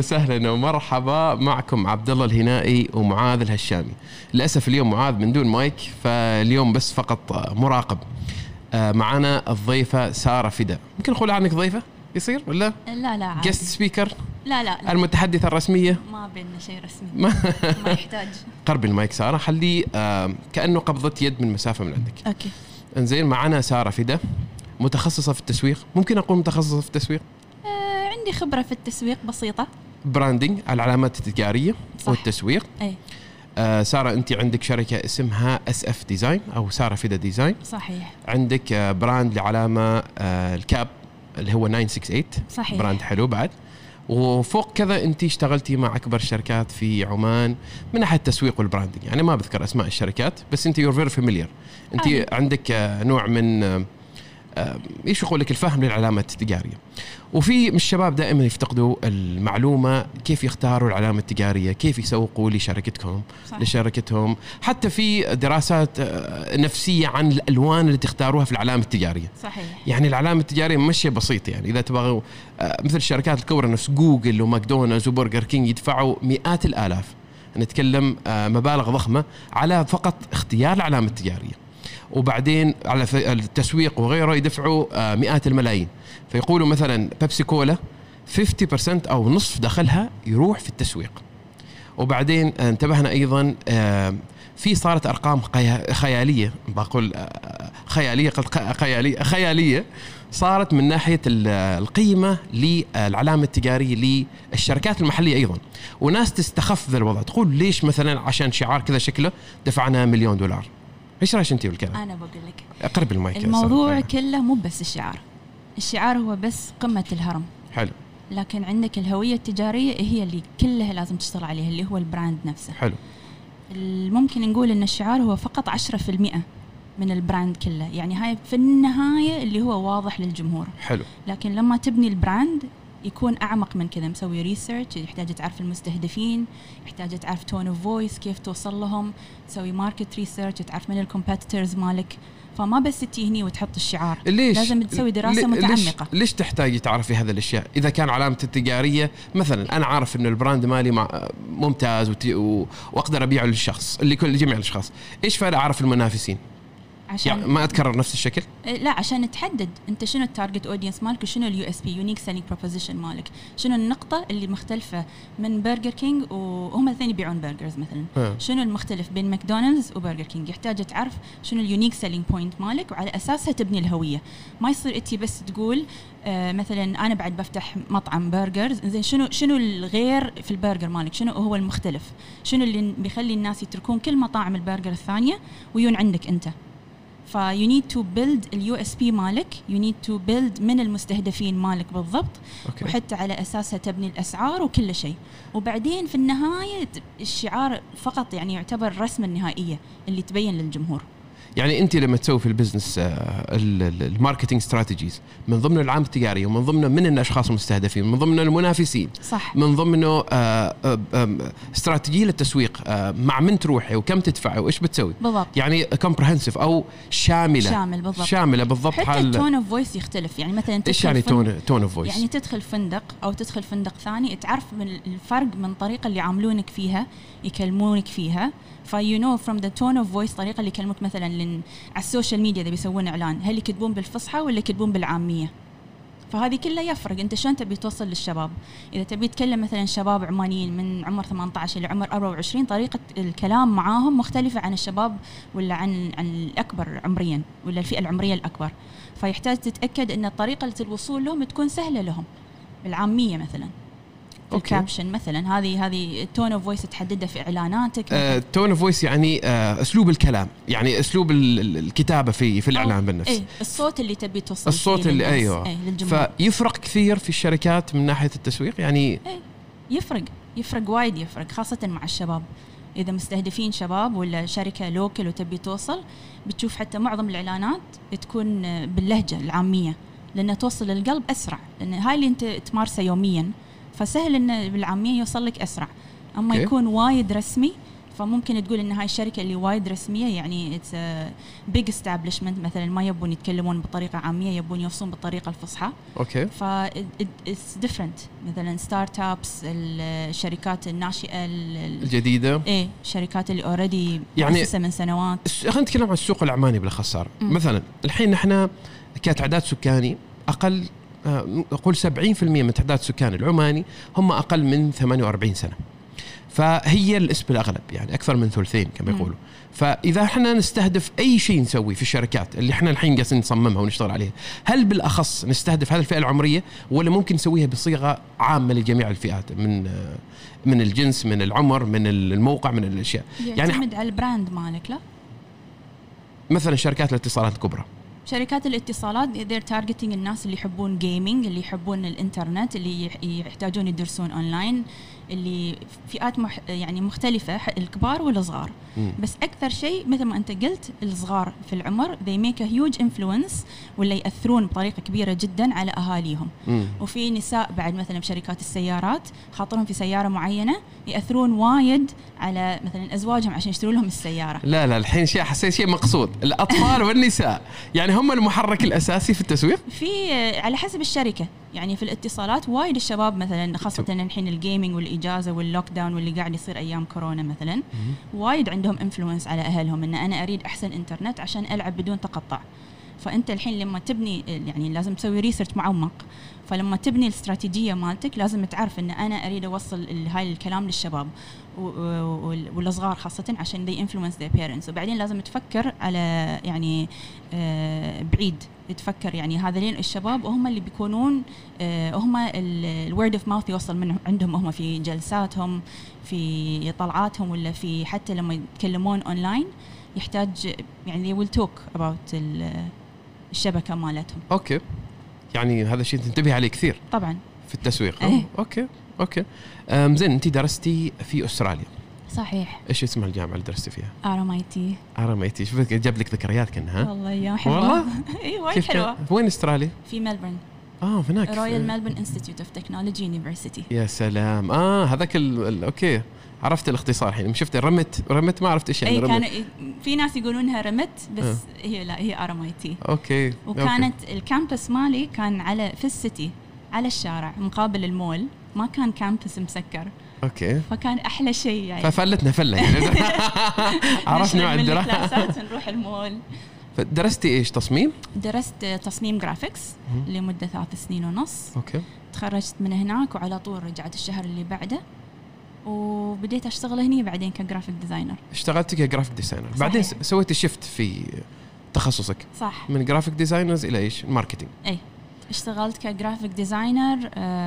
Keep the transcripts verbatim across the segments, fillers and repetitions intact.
وسهلا ومرحبا معكم عبد الله الهنائي ومعاذ الهشامي. للأسف اليوم معاذ من دون مايك، فاليوم بس فقط مراقب. معنا الضيفة سارة فدا. ممكن نقول عنك ضيفة يصير ولا لا؟ لا عادي. جست سبيكر؟ لا, لا لا المتحدثة الرسمية؟ ما بيننا شيء رسمي. ما, ما يحتاج. قرب المايك سارة، خلي آه كأنه قبضة يد من مسافة من عندك. أوكي. انزين، معنا سارة فدا متخصصة في التسويق. ممكن أقول متخصصة في التسويق؟ آه عندي خبرة في التسويق بسيطة. براندينج، العلامات التجارية والتسويق. أي. آه سارة، أنت عندك شركة اسمها اس اف ديزاين أو سارة فدا ديزاين. صحيح. عندك آه براند لعلامة آه الكاب اللي هو تسعمية وستة وستين. صحيح. براند حلو بعد. وفوق كذا أنت اشتغلتي مع أكبر الشركات في عمان من ناحية التسويق والبراندنج. يعني ما بذكر أسماء الشركات، بس أنت you're very familiar. أنت آه. عندك آه نوع من آه إيش يقول لك الفهم للعلامات التجارية. وفي من الشباب دائما يفتقدوا المعلومة كيف يختاروا العلامة التجارية، كيف يسوقوا لشركتهم. صح. لشركتهم. حتى في دراسات نفسية عن الألوان اللي تختاروها في العلامة التجارية. صحيح. يعني العلامة التجارية مش شيء بسيط. يعني إذا تبغوا مثل الشركات الكبرى نفس جوجل وماكدونالدز وبرجر كينج يدفعوا مئات الآلاف، نتكلم مبالغ ضخمة على فقط اختيار العلامة التجارية، وبعدين على التسويق وغيره يدفعوا مئات الملايين. فيقولوا مثلا بيبسي كولا خمسين بالمئة أو نصف دخلها يروح في التسويق. وبعدين انتبهنا أيضا في صارت أرقام خيالية، بقول خيالية خيالية خيالية صارت من ناحية القيمة للعلامة التجارية للشركات المحلية أيضا. وناس تستخف ذا الوضع، تقول ليش مثلا عشان شعار كذا شكله دفعنا مليون دولار. ايش رايك انت بالكلام؟ انا بقول لك اقرب المايك. الموضوع كله مو بس الشعار. الشعار هو بس قمة الهرم. حلو. لكن عندك الهوية التجارية هي اللي كلها لازم تشتغل عليها، اللي هو البراند نفسه. حلو. ممكن نقول ان الشعار هو فقط عشرة بالمئة من البراند كله. يعني هاي في النهاية اللي هو واضح للجمهور. حلو. لكن لما تبني البراند يكون أعمق من كذا، مسوي ريسيرش، يحتاج تعرف المستهدفين، يحتاج تعرف تون اوف فويس كيف توصل لهم، تسوي ماركت ريسيرش، تعرف من الكومبيتيتورز مالك. فما بس تجي هنا وتحط الشعار، ليش لازم تسوي دراسة ليش متعمقة. ليش, ليش تحتاجي تعرفي هذا الأشياء؟ إذا كان علامة التجارية مثلا أنا عارف إنه البراند مالي ممتاز وأقدر أبيعه للشخص اللي كل جميع الأشخاص، إيش فارق أعرف المنافسين؟ عشان يعني ما أتكرر نفس الشكل؟ لا، عشان تحدد أنت شنو التارجت أودينس مالك وشنو اليو اس بي يونيك سيلينج بروبوزيشن مالك، شنو النقطة اللي مختلفة من برجر كينج وهم الاثنين يبيعون برجرز مثلا. ها. شنو المختلف بين ماكدونالدز وبرجر كينج؟ يحتاج تعرف شنو اليونيك سيلينج بوينت مالك، وعلى أساسها تبني الهوية. ما يصير أنت بس تقول آه مثلا أنا بعد بفتح مطعم برجرز، زين شنو شنو الغير في البرجر مالك، شنو هو المختلف، شنو اللي بيخلي الناس يتركون كل مطاعم البرجر الثانية ويون عندك أنت. ف you need to build اليو اس بي مالك، you need to build من المستهدفين مالك بالضبط. أوكي. وحتى على أساسها تبني الأسعار وكل شيء. وبعدين في النهاية الشعار فقط يعني يعتبر الرسمة النهائية اللي تبين للجمهور. يعني أنت لما تسوي في البزنس الماركتينج استراتيجيز من ضمن العلامة التجارية ومن ضمن من الأشخاص المستهدفين من ضمن المنافسين. صح. من ضمنه استراتيجية للتسويق، مع من تروحي وكم تدفعي وإيش بتسوي بالضبط. يعني comprehensive أو شاملة. شامل بالضبط. شاملة بالضبط. حتى التون اوف فويس يختلف. يعني مثلا إيش يعني تون تون اوف فويس؟ يعني تدخل فندق أو تدخل فندق ثاني تعرف من الفرق من الطريقة اللي يعاملونك فيها يكلمونك فيها. فيو نو فروم ذا تون اوف فويس طريقة اللي يكلمك مثلا لن على السوشيال ميديا إذا بيسوون إعلان هل يكتبون بالفصحى ولا يكتبون بالعامية. فهذه كلها يفرق. أنت شلون تبي توصل للشباب؟ إذا تبي تكلم مثلا شباب عمانيين من عمر ثمانية عشر إلى عمر أربعة وعشرين طريقة الكلام معاهم مختلفة عن الشباب ولا عن عن الأكبر عمريا ولا الفئة العمرية الأكبر. فيحتاج تتأكد أن طريقة الوصول لهم تكون سهلة لهم بالعامية مثلا. الكابشن مثلا هذه هذه التون اوف فويس تحددها في اعلاناتك. التون اوف فويس يعني آه اسلوب الكلام، يعني اسلوب الكتابه في في الاعلان بالنفس. ايه الصوت اللي تبي توصل الصوت اللي ايوه ايه فيفرق كثير في الشركات من ناحيه التسويق. يعني ايه يفرق يفرق وايد يفرق خاصه مع الشباب. اذا مستهدفين شباب ولا شركه لوكل وتبي توصل بتشوف حتى معظم الاعلانات تكون باللهجه العاميه لانها توصل للقلب اسرع، لان هاي اللي انت تمارسه يوميا فسهل ان بالعاميه يوصل لك اسرع. اما okay. يكون وايد رسمي فممكن تقول ان هاي الشركه اللي وايد رسميه، يعني اتس بيج استابلشمنت مثلا، ما يبون يتكلمون بطريقه عاميه، يبون يوصون بالطريقه الفصحى. اوكي. ف اتس ديفرنت. مثلا ستارت ابس، الشركات الناشئه الجديده، ايه الشركات اللي اوريدي يعني مؤسسه من سنوات. خلينا نتكلم عن السوق العماني بالاخص. مثلا الحين نحن كتعداد سكاني اقل، اقول سبعين بالمئة من تعداد السكان العماني هم اقل من ثمانية وأربعين سنه، فهي الاسم الأغلب، يعني أكثر من ثلثين كما يقولوا. فإذا احنا نستهدف أي شيء نسوي في الشركات اللي احنا الحين قاعدين نصممها ونشتغل عليها، هل بالأخص نستهدف هذه الفئة العمرية ولا ممكن نسويها بصيغة عامة لجميع الفئات، من من الجنس، من العمر، من الموقع، من الأشياء؟ يعني يعتمد على البراند مالك. لا مثلا شركات الاتصالات الكبرى، شركات الاتصالات they're targeting الناس اللي يحبون جيمينج، اللي يحبون الانترنت، اللي يحتاجون يدرسون اونلاين، اللي فئات مح يعني مختلفة، الكبار والصغار. م. بس أكثر شيء مثل ما أنت قلت الصغار في العمر they make a huge influence، ولا يأثرون بطريقة كبيرة جدا على أهاليهم. م. وفي نساء بعد مثلا بشركات السيارات خاطرهم في سيارة معينة يأثرون وايد على مثلا أزواجهم عشان يشتروا لهم السيارة. لا لا الحين شيء حسيت شيء مقصود، الأطفال والنساء يعني هم المحرك الأساسي في التسويق. في على حسب الشركة، يعني في الاتصالات وايد الشباب مثلا، خاصة الحين الجيمينج والإجازة واللوك داون واللي قاعد يصير أيام كورونا مثلا، وايد عندهم انفلونس على أهلهم إن أنا أريد أحسن إنترنت عشان ألعب بدون تقطع. فأنت الحين لما تبني يعني لازم تسوي ريسيرش معمق، فلما تبني الاستراتيجية مالتك لازم تعرف إن أنا أريد أوصل هاي الكلام للشباب والصغار خاصة عشان they influence their parents. وبعدين لازم تفكر على يعني بعيد، تفكر يعني هذين الشباب وهم اللي بيكونون هم الورد اوف ماوث يوصل من عندهم، هم في جلساتهم، في طلعاتهم، ولا في حتى لما يتكلمون اونلاين يحتاج يعني they will talk about الشبكة مالتهم. اوكي، يعني هذا الشيء تنتبه عليه كثير طبعا في التسويق. ايه. اوكي اوكي زين. انت درستي في استراليا؟ صحيح. ايش اسم الجامعه اللي درستي فيها؟ ار ام اي تي. ار ام اي تي. شوفك جاب لك ذكريات كنها. والله يا حلوه. والله ايوه وايد حلوه. وين استراليا؟ في ملبورن. اه هناك رويال ملبورن انستيتيوت اوف تكنولوجي يونيفرسيتي. يا سلام. اه هذاك ال... اوكي عرفت الاختصار الحين. شفت رمت رمت ما عرفت ايش يعني رمت. كان في ناس يقولونها رمت بس آه. هي لا هي ار ام اي تي. اوكي. وكانت أوكي. الكامبس مالي كان على في السيتي على الشارع مقابل المول، ما كان كامبس مسكر. اوكي. فكان احلى شيء يعني. ففلتنا فله يعني. عرفنا مع الدراسات نروح المول. درستي ايش؟ تصميم؟ درست تصميم جرافيكس لمده ثلاث سنين ونص. اوكي. تخرجت من هناك وعلى طول رجعت الشهر اللي بعده وبديت اشتغل هني بعدين كجرافيك ديزاينر. اشتغلت كجرافيك ديزاينر بعدين سويت شيفت في تخصصك. صح. من جرافيك ديزاينرز الى ايش؟ الماركتينج. اي اشتغلت كجرافيك ديزاينر،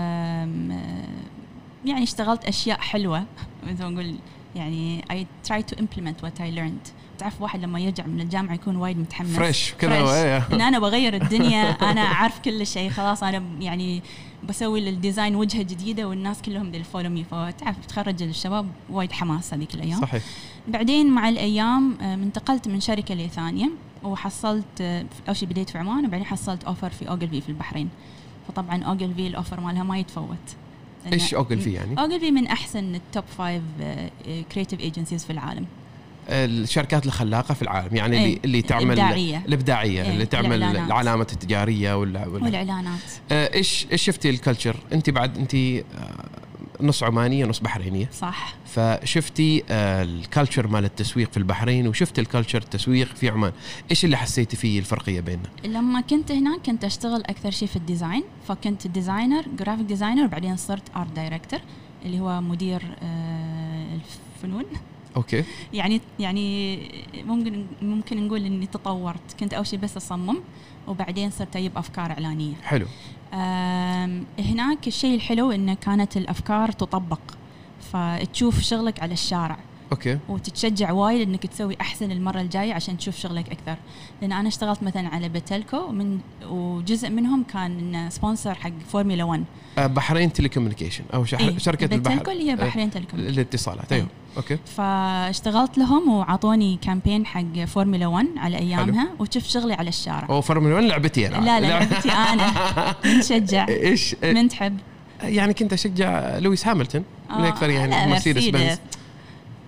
يعني اشتغلت اشياء حلوه مثل ما نقول يعني I try to implement what I learned. تعرف واحد لما يرجع من الجامعة يكون وايد متحمس فريش كذا إن أنا بغير الدنيا، أنا أعرف كل شيء خلاص، أنا يعني بسوي للديزاين وجهة جديدة والناس كلهم دي follow me. فتعرف تخرج الشباب وايد حماس هذيك الأيام. صحيح. بعدين مع الأيام انتقلت من شركة لثانية وحصلت أول شيء بديت في عمان وبعدين حصلت أوفر في أوغلفي في البحرين. فطبعا أوغلفي الأوفر مالها ما يتفوت. إيش أوغلفي يعني؟ أوغلفي من أحسن التوب فايف كرياتيف ايجنسيز في العالم. الشركات الخلاقة في العالم يعني ايه اللي اللي تعمل الإبداعية. الإبداعية ايه اللي تعمل الإعلانات. العلامات التجارية ولا والإعلانات. اه إيش إيش شفتي الكلتشر؟ أنت بعد أنت نص عمانية نص بحرينية. صح. فشفتي الكلتشر مال التسويق في البحرين وشفتي الكلتشر التسويق في عمان. إيش اللي حسيتي فيه الفرقية بيننا؟ لما كنت هناك كنت أشتغل أكثر شيء في الديزاين، فكنت ديزاينر جرافيك ديزاينر وبعدين صرت آرت دايركتور اللي هو مدير اه الفنون. اوكي. يعني يعني ممكن ممكن نقول اني تطورت. كنت اول شيء بس اصمم وبعدين صرت اجيب افكار اعلانيه. حلو. هناك الشيء الحلو انه كانت الافكار تطبق، فتشوف شغلك على الشارع. اوكي. وتتشجع وايد انك تسوي احسن المره الجايه عشان تشوف شغلك اكثر. لان انا اشتغلت مثلا على بتلكو من وجزء منهم كان سبونسر حق فورمولا واحد. بحرين تيليكوميونيكيشن او إيه؟ شركه البحر. بتلكو اللي هي بحرين تيليكوميونيكيشن الاتصالات. ايوه. اوكي. فاشتغلت لهم وعطوني كامبين حق فورمولا واحد على ايامها. حلو. وشفت شغلي على الشارع. او فورمولا واحد لعبتي انا. لا لا لعبتي انا. من تشجع؟ ايش من تحب؟ يعني كنت اشجع لويس هاملتون من اكثر يعني مرسيدس بنز.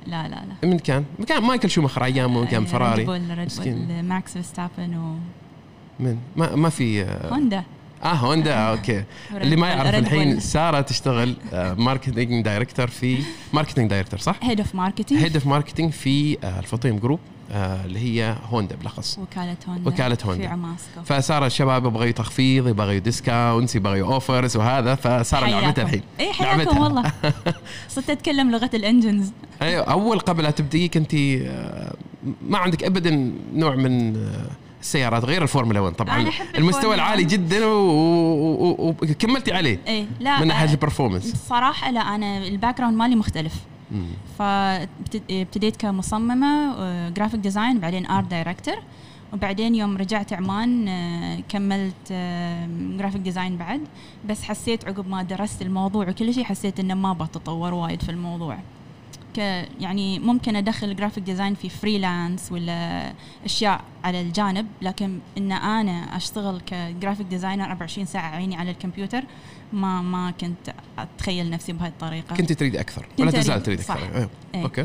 لا لا لا من كان كان مايكل شوماخر ايامه كان فراري ماكس فيرستابن و من ما ما في هوندا اه هوندا اوكي. اللي ما يعرف الحين ساره تشتغل ماركتنج دايركتور في ماركتنج دايركتور صح؟ هيد اوف ماركتنج هيد اوف ماركتنج في الفطيم جروب اللي هي هوندا بالاخص وكاله هوندا وكاله هوندا في عماسكو. فصار الشباب يبغوا تخفيض يبغوا ديسكاونتس يبغوا اوفرز وهذا فصار لعبتها الحين. اي حياكم والله صرت اتكلم لغه الانجنز. ايوه اول قبل لا تبدي كنت ما عندك ابدا نوع من السيارات غير الفورمولا واحد طبعا المستوى العالي جدا وكملتي عليه ايه لا من ناحيه البرفورمانس. صراحه لا انا الباك جراوند مالي مختلف. فابتديت كمصممه جرافيك ديزاين بعدين ارت دايركتور وبعدين يوم رجعت عمان كملت جرافيك ديزاين بعد. بس حسيت عقب ما درست الموضوع وكل شيء حسيت انه ما بتطور وايد في الموضوع. يعني ممكن أدخل جرافيك ديزاين في فريلانس ولا أشياء على الجانب لكن إن أنا أشتغل كجرافيك ديزاينر أربعة وعشرين ساعة عيني على الكمبيوتر ما ما كنت أتخيل نفسي بهاي الطريقة. كنت تريد أكثر ولا تزال تريد أكثر؟ أيوه. ايه. أوكي.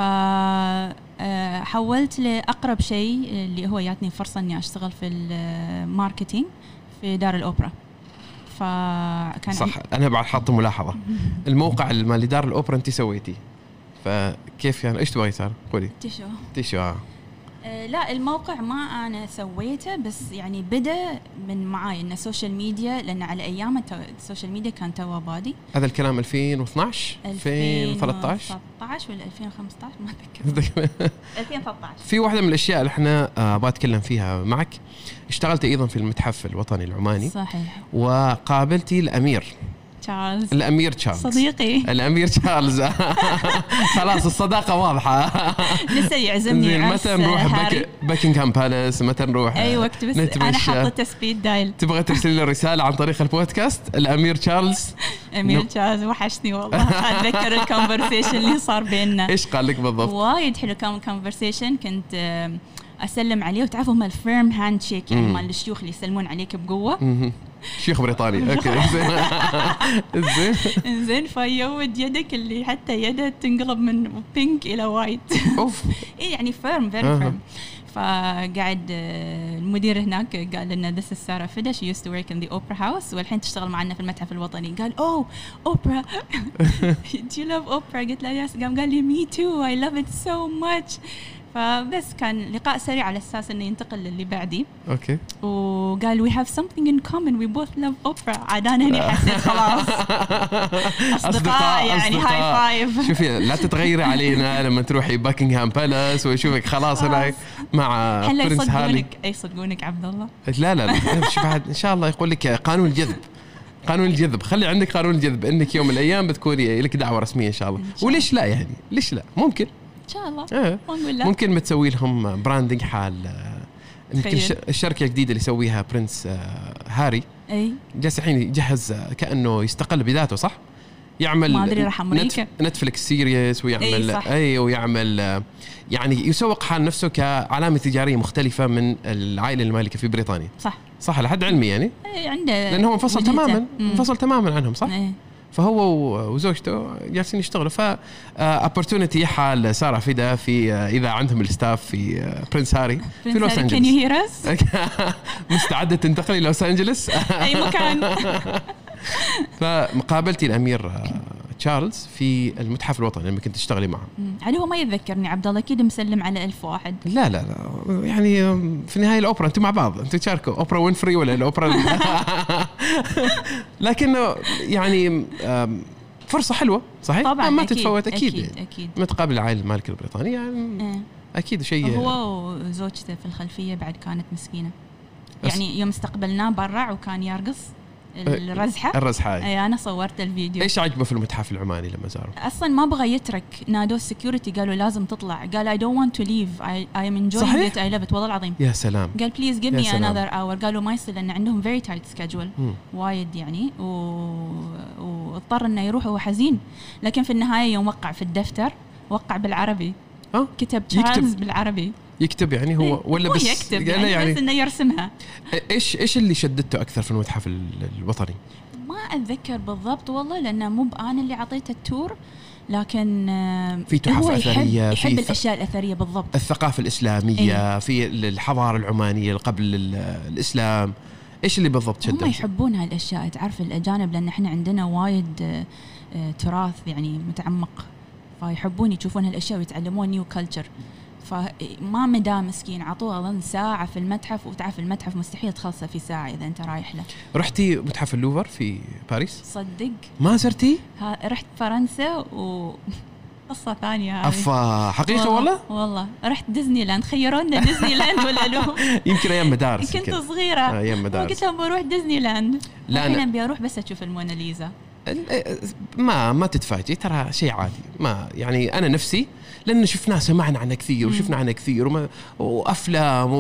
فحولت لأقرب شيء اللي هو ياتني فرصة إني أشتغل في الماركتينج في دار الأوبرا. فكان صح أنا بعد حاط ملاحظة الموقع اللي دار الأوبرا أنت سويتي فكيف يعني ايش تبغي صار قولي؟ تيشو تيشو آه. آه لا الموقع ما انا سويته بس يعني بدا من معاي انه السوشيال ميديا لان على ايام السوشيال ميديا كان تو بادي. هذا الكلام ألفين واثناشر ألفين وثلاثة عشر وثلاثة عشر ولا ألفين وخمسة عشر ما اتذكر. ألفين وثلاثة عشر. في واحده من الاشياء اللي احنا آه بتكلم فيها معك اشتغلت ايضا في المتحف الوطني العماني. صحيح. وقابلتي الامير تشارلز. الأمير تشارلز صديقي الأمير تشارلز. خلاص الصداقة واضحة. لسه يعزمني متى نروح بك... باكنغهام بالاس متى نروح أي وقت بس أنا حاطة سبيد دايل. تبغى ترسل له رسالة عن طريق البودكاست الأمير تشارلز. أمير تشارلز وحشني والله. أتذكر الكونفرسيشن اللي صار بيننا. إيش قال لك بالضبط؟ وايد حلو كان الكونفرسيشن. كنت أسلم عليه وتعرفوا هم الفيرم هاند شيك يعني مال الشيوخ اللي يسلمون عليك بقوة. شيخ بريطاني. اوكي زين زين زين فيود يدك اللي حتى يده تنقلب من بينك الى وايت. اوف اي يعني فيرم فيري فيرم. فقاعد المدير هناك قال لنا this is Sarah Fida she used to work in the opera house والحين تشتغل معنا في المتحف الوطني. قال اوه اوبرا do you love opera؟ قلت له يس. قام قال لي me too I love it so much. فبس كان لقاء سريع على أساس إنه ينتقل للي بعدي. أوكي. وقال we have something in common we both love opera. عاد أنا هني حسيت خلاص أصدقاء يعني هاي فايف. شوفي لا تتغيري علينا لما تروحي باكنغهام بالاس ويشوفك خلاص هنا مع برنس هاري. أي صدقونك عبد الله. لا لا لا شوف بعد إن شاء الله يقول لك قانون الجذب. قانون الجذب خلي عندك قانون الجذب إنك يوم من الأيام بتكوني لك دعوة رسمية إن شاء الله. وليش لا يعني ليش لا ممكن. إن شاء الله. إيه. ممكن ما تسوي لهم براندنج حال يمكن الشركة الجديدة اللي يسويها برنس هاري. أي. جالس الحين يجهز كأنه يستقل بذاته صح؟ يعمل ما أدري راح أمريكا. نتفليكس سيريس ويعمل أي, أي ويعمل يعني يسوق حال نفسه كعلامة تجارية مختلفة من العائلة المالكة في بريطانيا. صح. صح لحد علمي يعني. أي عنده. لأنه هو انفصل تماما انفصل تماما عنهم صح؟ أي. فهو وزوجته جالسين يشتغلوا. ف opportunity حال سارة فيدا في إذا عندهم الستاف في برنس هاري في لوس أنجلس. مستعدة تنتقل إلى لوس أنجلس أي مكان. فمقابلتي الأمير تشارلز في المتحف الوطني لما كنت تشتغلي معه. علي هو ما يتذكرني عبد الله أكيد مسلم على ألف واحد. لا لا لا يعني في النهاية الأوبرا أنتم مع بعض أنتم تشاركوا أوبرا وينفري ولا الأوبرا. لكنه يعني فرصة حلوة صحيح طبعا ما أكيد تتفوت أكيد أكيد, أكيد. متقابل العائلة المالكة البريطانية يعني أه. أكيد شيء. هو وزوجته في الخلفية بعد كانت مسكينة يعني يوم استقبلناه برع وكان يرقص الرزحة الرزحة أي أنا صورت الفيديو. إيش عجبه في المتحف العماني لما زاره؟ أصلاً ما بغى يترك نادو السكيورتي قالوا لازم تطلع. قال I don't want to leave I, I am enjoying صحيح؟ it I love it والله العظيم. يا سلام. قال please give me another hour. قالوا ما يصير لأن عندهم very tight schedule م. وايد يعني و... واضطر إنه يروح وهو حزين. لكن في النهاية يوم وقع في الدفتر وقع بالعربي. أه؟ كتب تشارلز بالعربي. يكتب يعني هو ولا بس يكتب يعني, يعني بس إنه يرسمها. إيش إيش اللي شدته أكثر في المتحف الوطني؟ ما اتذكر بالضبط والله، لانه مو انا اللي اعطيته التور، لكن في تحف اثريه، يحب, يحب في الاشياء الاثريه بالضبط، الثقافه الاسلاميه، أيه؟ في الحضاره العمانيه قبل الاسلام. ايش اللي بالضبط شدهم؟ هم يحبون هالاشياء، تعرف الاجانب، لان احنا عندنا وايد تراث يعني متعمق، فيحبون يشوفون هالاشياء ويتعلمون نيو كلتشر. فما مدام مسكين عطوه اظن ساعه في المتحف، وتعرف المتحف مستحيل تخلصه في ساعه اذا انت رايح له. رحتي متحف اللوفر في باريس؟ صدق ما زرتي؟ رحت فرنسا و قصة ثانية هذه. أفا حقيقة والله؟ والله رحت ديزني لاند، خيرونا ديزني لاند ولا لو يمكن أيام مدارس. كنت صغيرة أيام مدارس، وقلت لهم بروح ديزني لاند. لا أنا أبي أروح بس أشوف الموناليزا. ما ما تتفاجئ، ترى شيء عادي. ما يعني أنا نفسي لأن شفناه سمعنا عنه كثير وشفنا عنه كثير وما وأفلام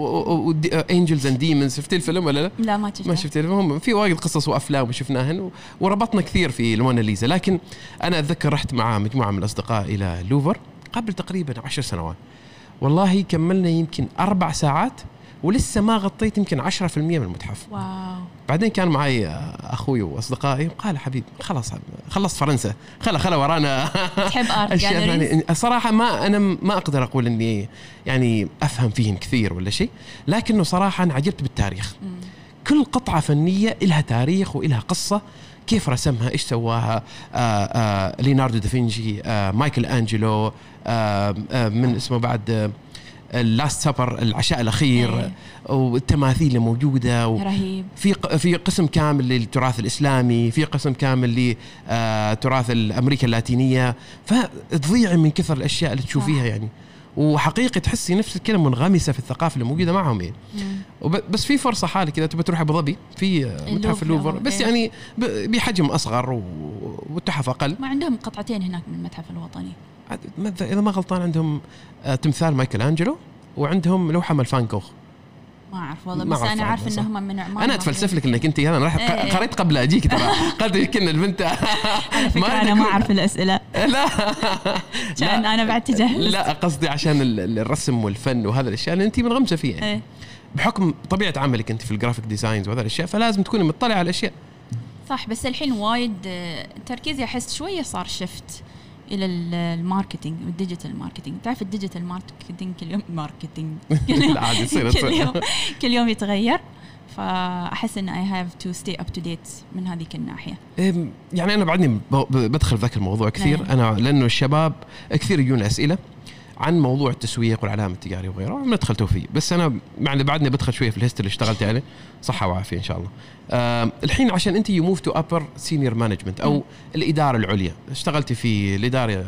وأنجلز أند ديمونز. شفتي الفيلم ولا لا؟ لا ما شفته. ما شفتي الفيلم. في وايد قصص وأفلام وشفناهن وربطنا كثير في الموناليزا. لكن أنا أتذكر رحت مع مجموعة من الأصدقاء إلى اللوفر قبل تقريبا عشر سنوات، والله كملنا يمكن أربع ساعات ولسه ما غطيت يمكن عشرة في المية من المتحف. واو. بعدين كان معي أخوي وأصدقائي قال حبيب خلاص خلصت فرنسا، خلا خلا ورانا تحب آرت أشياء ثانية. الصراحة ما أنا ما أقدر أقول إني يعني أفهم فيهم كثير ولا شيء، لكنه صراحة أنا عجبت بالتاريخ. مم. كل قطعة فنية إلها تاريخ وإلها قصة، كيف رسمها، إيش سواها آآ آآ ليوناردو دافنشي، مايكل أنجلو، آآ آآ من اسمه بعد اللاست سبر، العشاء الأخير. أيه. والتماثيل اللي موجودة رهيب. في في قسم كامل للتراث الإسلامي، في قسم كامل لتراث الأمريكا اللاتينية، فتضيع من كثر الأشياء اللي تشوفيها. يعني وحقيقة تحسي نفسك كده منغمسة في الثقافة اللي موجودة معهم يعني. بس في فرصة حالة كده تبى تروح أبو ظبي في متحف اللوفر، بس يعني بحجم أصغر والتحف أقل. ما عندهم قطعتين هناك من المتحف الوطني إذا ما غلطان، عندهم تمثال مايكل أنجلو وعندهم لوحة مال فان كوخ. ما أعرف والله، بس أنا عارف إنهم من أعمال. أنا أتفلسف لك إنك أنت أنا رحت ايه قريت قبل أجيك ترى قلت كنا البنت على فكرة أنا ما أعرف الأسئلة. لا عشان أنا بعد تجهز. لا قصدي عشان الرسم والفن وهذا الأشياء اللي أنت منغمسة فيها يعني. ايه. بحكم طبيعة عملك أنت في الجرافيك ديزاينز وهذا الأشياء، فلازم تكوني مطلعة على الأشياء. صح، بس الحين وايد تركيزي أحس شوية صار شفت إلى الماركتينج والديجيتال ماركتينج. تعرف الديجيتال ماركتينج كل يوم ماركتينج كل يوم كل يوم يتغير، فأحس إن I have to stay up to date من هذه الناحية. يعني أنا بعدني بدخل ذاك الموضوع كثير. نعم. أنا لأنه الشباب كثير يجون أسئلة عن موضوع التسويق والعلامة التجارية وغيره، ما ندخل فيه. بس أنا يعني بعدني بدخل شوية في الهيستوري اللي اشتغلت عليه، صحة وعافية إن شاء الله. أه الحين عشان أنت you move to upper senior management أو م. الإدارة العليا، اشتغلتي في الإدارة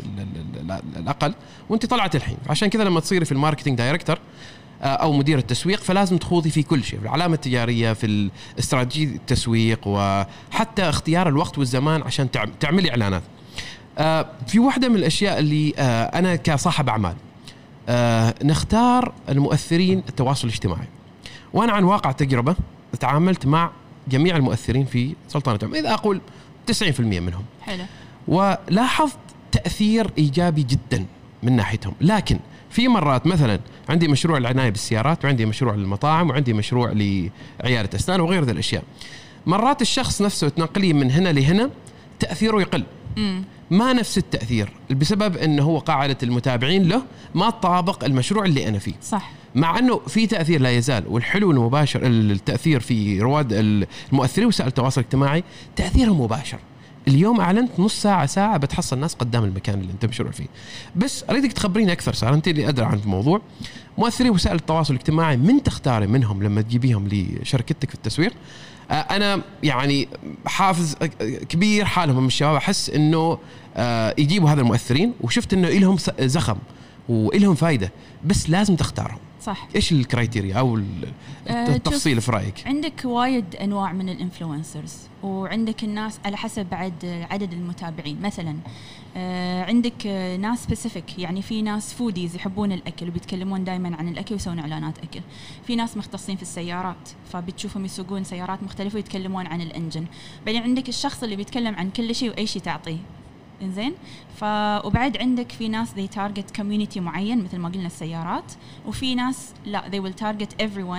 الأقل وأنت طلعت الحين، عشان كذا لما تصيري في الماركتينج دايركتور أو مدير التسويق فلازم تخوضي في كل شيء، في العلامة التجارية، في الاستراتيجية التسويق، وحتى اختيار الوقت والزمان عشان تعملي إعلانات. آه في واحدة من الأشياء اللي آه أنا كصاحب أعمال آه نختار المؤثرين التواصل الاجتماعي، وأنا عن واقع تجربة تعاملت مع جميع المؤثرين في سلطنة عمان، إذا أقول تسعين في المية منهم. حلو. ولاحظت تأثير إيجابي جدا من ناحيتهم. لكن في مرات مثلا عندي مشروع العناية بالسيارات، وعندي مشروع للمطاعم، وعندي مشروع لعيادة أسنان وغير ذي الأشياء، مرات الشخص نفسه تنقليه من هنا لهنا تأثيره يقل. م. ما نفس التأثير بسبب أنه هو قاعدة المتابعين له ما تطابق المشروع اللي أنا فيه. صح. مع أنه في تأثير لا يزال، والحلو المباشر التأثير في رواد المؤثرين وسائل التواصل الاجتماعي تأثيرهم مباشر. اليوم أعلنت نص ساعة ساعة بتحصل الناس قدام المكان اللي أنت مشروع فيه. بس أريدك تخبريني أكثر، صار أنت اللي أدرى عن الموضوع، مؤثرين وسائل التواصل الاجتماعي من تختاري منهم لما تجيبيهم لشركتك في التسويق؟ أنا يعني حافظ كبير حالهم من الشباب، أحس إنه يجيبوا هذا المؤثرين، وشفت إنه إلهم زخم وإلهم فايدة، بس لازم تختارهم. صح. إيش الكرايتيريا أو التفصيل في رأيك؟ عندك وايد أنواع من الإنفلونسرز، وعندك الناس على حسب بعد عدد المتابعين. مثلا عندك ناس سبيسيفيك، يعني في ناس فوديز يحبون الأكل وبيتكلمون دائما عن الأكل ويسوون إعلانات أكل. في ناس مختصين في السيارات فبتشوفهم يسوقون سيارات مختلفة ويتكلمون عن الإنجن. بعدين عندك الشخص اللي بيتكلم عن كل شيء وأي شيء تعطيه. إنزين. ف وبعد عندك في ناس they target community معين مثل ما قلنا السيارات، وفي ناس لا they will target everyone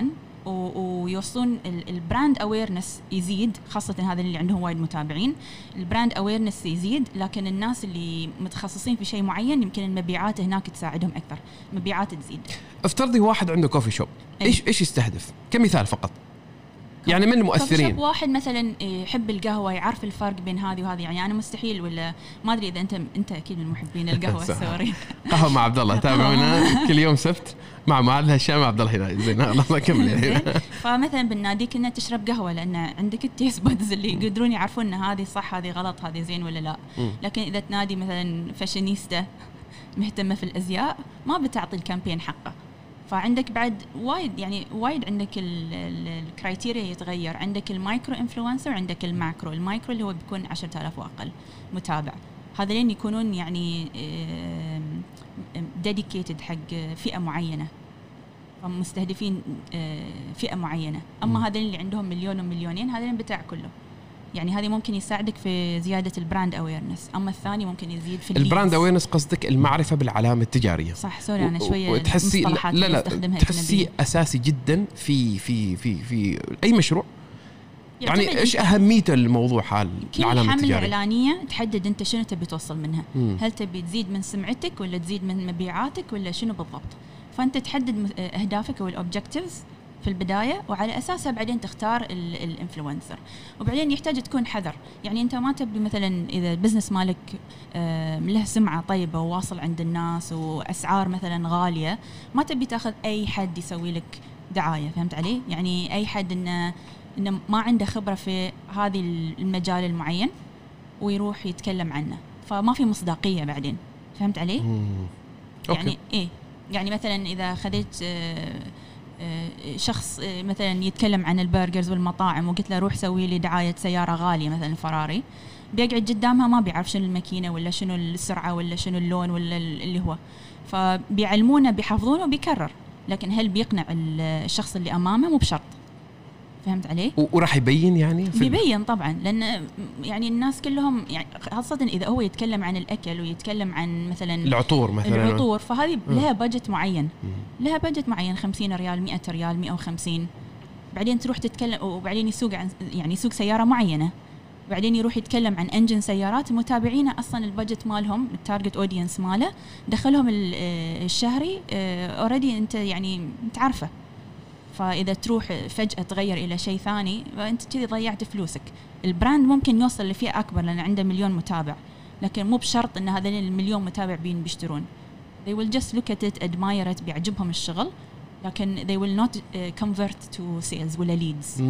ويوصلون البراند اويرنس يزيد، خاصه هذا اللي عندهم وايد متابعين البراند اويرنس يزيد، لكن الناس اللي متخصصين في شيء معين يمكن المبيعات هناك تساعدهم اكثر، مبيعات تزيد. افترضي واحد عنده كوفي شوب، ايش ايش يستهدف كمثال فقط؟ يعني من المؤثرين واحد مثلا يحب القهوه، يعرف الفرق بين هذه وهذه. يعني انا مستحيل، ولا ما ادري اذا انت انت اكيد من محبين القهوه السوري. قهوه مع عبد الله، تابعونا كل يوم سبت مع معاذ هشام عبد الله هنا. زين الله كمل هنا. فمثلا بالنادي كنا تشرب قهوه لان عندك التيست بودز اللي يقدرون يعرفون ان هذه صح هذه غلط هذه زين ولا لا. لكن اذا تنادي مثلا فاشينيستا مهتمه في الازياء ما بتعطي الكامبين حقه. فعندك بعد وايد يعني وايد عندك الكرايتيريا يتغير. عندك المايكرو انفلونسر، عندك الماكرو. المايكرو اللي هو بيكون عشرة آلاف واقل متابع، هذين يكونون يعني ديديكيتد حق فئه معينه، فمستهدفين فئه معينه. اما هذين اللي عندهم مليون ومليونين هذين بتاع كله. يعني هذه ممكن يساعدك في زيادة البراند أويرنس، أما الثاني ممكن يزيد في البراند أويرنس. قصدك المعرفة بالعلامة التجارية، صح؟ سوري أنا شوية وتحسي لا لا تحسي أساسي جدا في في في في أي مشروع. يعني إيش أهمية الموضوع حال العلامة التجارية؟ كل حملة إعلانية تحدد أنت شنو تبي توصل منها. مم. هل تبي تزيد من سمعتك ولا تزيد من مبيعاتك ولا شنو بالضبط؟ فأنت تحدد أهدافك والأوبجكتيفز في البداية، وعلى أساسها بعدين تختار الانفلونسر. وبعدين يحتاج تكون حذر. يعني أنت ما تبي مثلا إذا البزنس مالك له سمعة طيبة وواصل عند الناس وأسعار مثلا غالية، ما تبي تأخذ أي حد يسوي لك دعاية. فهمت علي؟ يعني أي حد إنه إنه ما عنده خبرة في هذه المجال المعين ويروح يتكلم عنه، فما في مصداقية بعدين. فهمت علي؟ يعني إيه؟ يعني مثلا إذا خذيت شخص مثلا يتكلم عن البرجرز والمطاعم وقلت له روح سوي لي دعاية سيارة غالية مثلا فراري، بيقعد قدامها ما بيعرف شنو الماكينة ولا شنو السرعة ولا شنو اللون ولا اللي هو، فبيعلمونه بيحفظونه وبيكرر. لكن هل بيقنع الشخص اللي أمامه؟ مو بشرط. فهمت علي؟ وراح يبين يعني بيبين طبعا، لأن يعني الناس كلهم يعني خاصة إذا هو يتكلم عن الأكل ويتكلم عن مثلا العطور مثلا العطور، فهذه لها بادجت معين، لها بادجت معين خمسين ريال مئة ريال مئة وخمسين. بعدين تروح تتكلم وبعدين يسوق عن يعني يسوق سيارة معينة، بعدين يروح يتكلم عن انجن سيارات. متابعينه اصلا البادجت مالهم التارجت اودينس ماله دخلهم الشهري اوريدي انت يعني تعرفه. فإذا تروح فجأة تغير إلى شيء ثاني فأنت كذي ضيعت فلوسك. البراند ممكن يوصل لفئة أكبر لأن عنده مليون متابع، لكن مو بشرط أن هذين المليون متابع بين بيشترون. they will just look at it, admire it، بيعجبهم الشغل، لكن they will not uh, convert to sales ولا leads.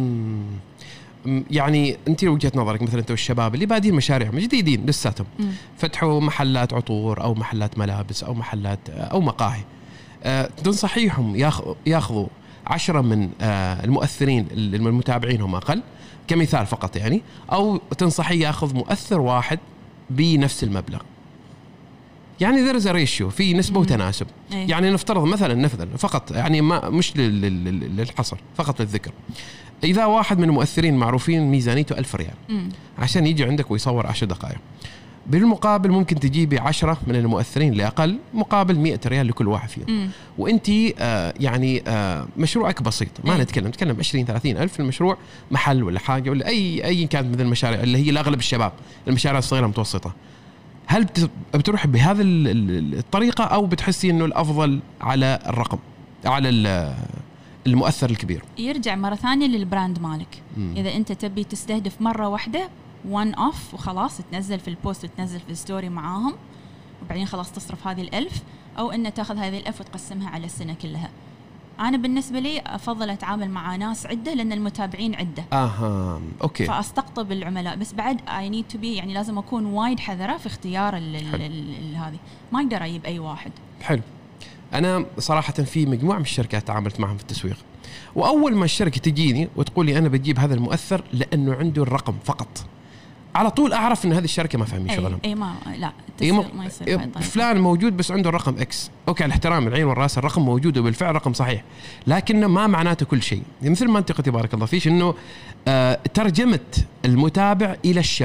يعني أنت وجهة نظرك مثلا أنت والشباب اللي بادين مشاريع جديدين لساتهم فتحوا محلات عطور أو محلات ملابس أو محلات أو مقاهي، أه تنصحيهم ياخذوا عشرة من آه المؤثرين المتابعين هم أقل كمثال فقط يعني، أو تنصحي يأخذ مؤثر واحد بنفس المبلغ؟ يعني there is a ratio، في نسبة وتناسب. أيه. يعني نفترض مثلا مثلا فقط يعني ما مش للحصر فقط للذكر، إذا واحد من المؤثرين معروفين ميزانيته ألف ريال مم. عشان يجي عندك ويصور عشر دقائق، بالمقابل ممكن تجيبي عشرة من المؤثرين لأقل مقابل مئة ريال لكل واحد فيهم. وانتي آه يعني آه مشروعك بسيط، ما مم. نتكلم نتكلم عشرين ثلاثين ألف المشروع، محل ولا حاجة ولا أي أي كانت من المشاريع اللي هي لأغلب الشباب المشاريع الصغيرة المتوسطة. هل بتروح بهذا الطريقة أو بتحسي إنه الأفضل على الرقم على المؤثر الكبير؟ يرجع مرة ثانية للبراند مالك. مم. إذا أنت تبي تستهدف مرة واحدة one off وخلاص تنزل في البوست وتنزل في الستوري معاهم وبعدين خلاص تصرف هذه الألف، أو أن تأخذ هذه الألف وتقسمها على السنة كلها. أنا بالنسبة لي أفضل أتعامل مع ناس عدة لأن المتابعين عدة. أها أوكي. فأستقطب العملاء، بس بعد I need to be يعني لازم أكون وايد حذرة في اختيار هذه، ما أقدر أجيب أي واحد. حلو. أنا صراحة في مجموعة من الشركات تعاملت معهم في التسويق، وأول ما الشركة تجيني وتقول لي أنا بجيب هذا المؤثر لأنه عنده الرقم فقط، على طول أعرف إن هذه الشركة ما فاهمين شغلهم. أي ما لا التسويق ما يصير. فلان موجود بس عنده الرقم إكس، أوكي على احترام العين والرأس، الرقم موجود وبالفعل رقم صحيح، لكنه ما معناته كل شيء. مثل ما أنت قلتي بارك الله فيش إنه آه ترجمة المتابع إلى الشراء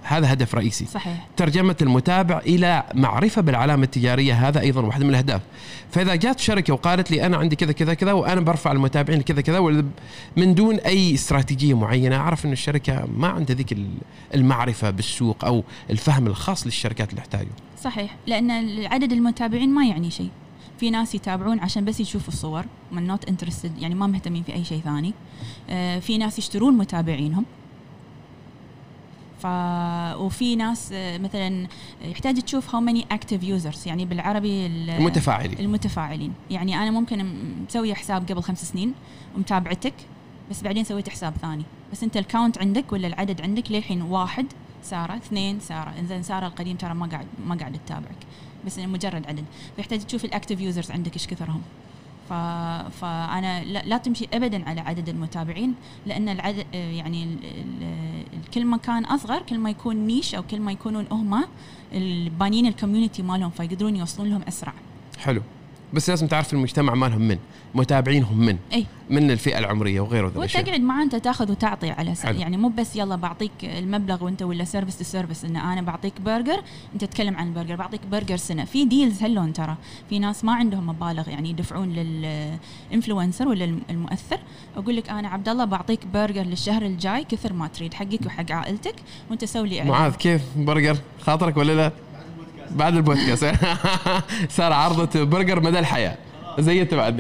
هذا هدف رئيسي. صحيح. ترجمة المتابع إلى معرفة بالعلامة التجارية هذا أيضا واحد من الأهداف. فإذا جات شركة وقالت لي أنا عندي كذا كذا كذا وأنا برفع المتابعين كذا كذا من دون أي استراتيجية معينة، أعرف أن الشركة ما عندها ذيك المعرفة بالسوق أو الفهم الخاص للشركات اللي تحتاجه. صحيح، لأن عدد المتابعين ما يعني شيء. في ناس يتابعون عشان بس يشوفوا الصور، من not interested، يعني ما مهتمين في أي شيء ثاني. آه في ناس يشترون متابعينهم. ف... وفي ناس مثلا يحتاج تشوف how many active users، يعني بالعربي المتفاعلين المتفاعلين يعني أنا ممكن مسوي حساب قبل خمس سنين ومتابعتك، بس بعدين سويت حساب ثاني، بس أنت الكاونت عندك ولا العدد عندك للحين واحد سارة، اثنين سارة، إذا سارة القديم ترى ما قاعد ما قاعد تتابعك، بس مجرد عدد. فيحتاج تشوف الأكتيف يوزرز عندك إيش كثرهم. ف... فأنا لا... لا تمشي أبدا على عدد المتابعين، لأن العدد يعني ال... ال... كل ما كان أصغر كل ما يكون نيش، أو كل ما يكونون هم البانين الكوميونيتي مالهم فيقدرون يوصلون لهم أسرع. حلو، بس لازم تعرف المجتمع مالهم من متابعينهم من أي. من الفئة العمرية وغيره. وتقعد معه أنت تأخذ وتعطي على سر. يعني مو بس يلا بعطيك المبلغ وأنت ولا سيرفيس لسيرفيس، إن أنا بعطيك برجر أنت تتكلم عن برجر، بعطيك برجر سنة. في ديلز هلون ترى في ناس ما عندهم مبالغ يعني يدفعون للإنفلونسر ولا المؤثر، أقول لك أنا عبد الله بعطيك برجر للشهر الجاي كثر ما تريد، حقك وحق عائلتك، وأنت سوي لي معاذ كيف برجر خاطرك ولا لا؟ بعد البودكاست صار عرضة برجر مدى الحياة زي انت بعد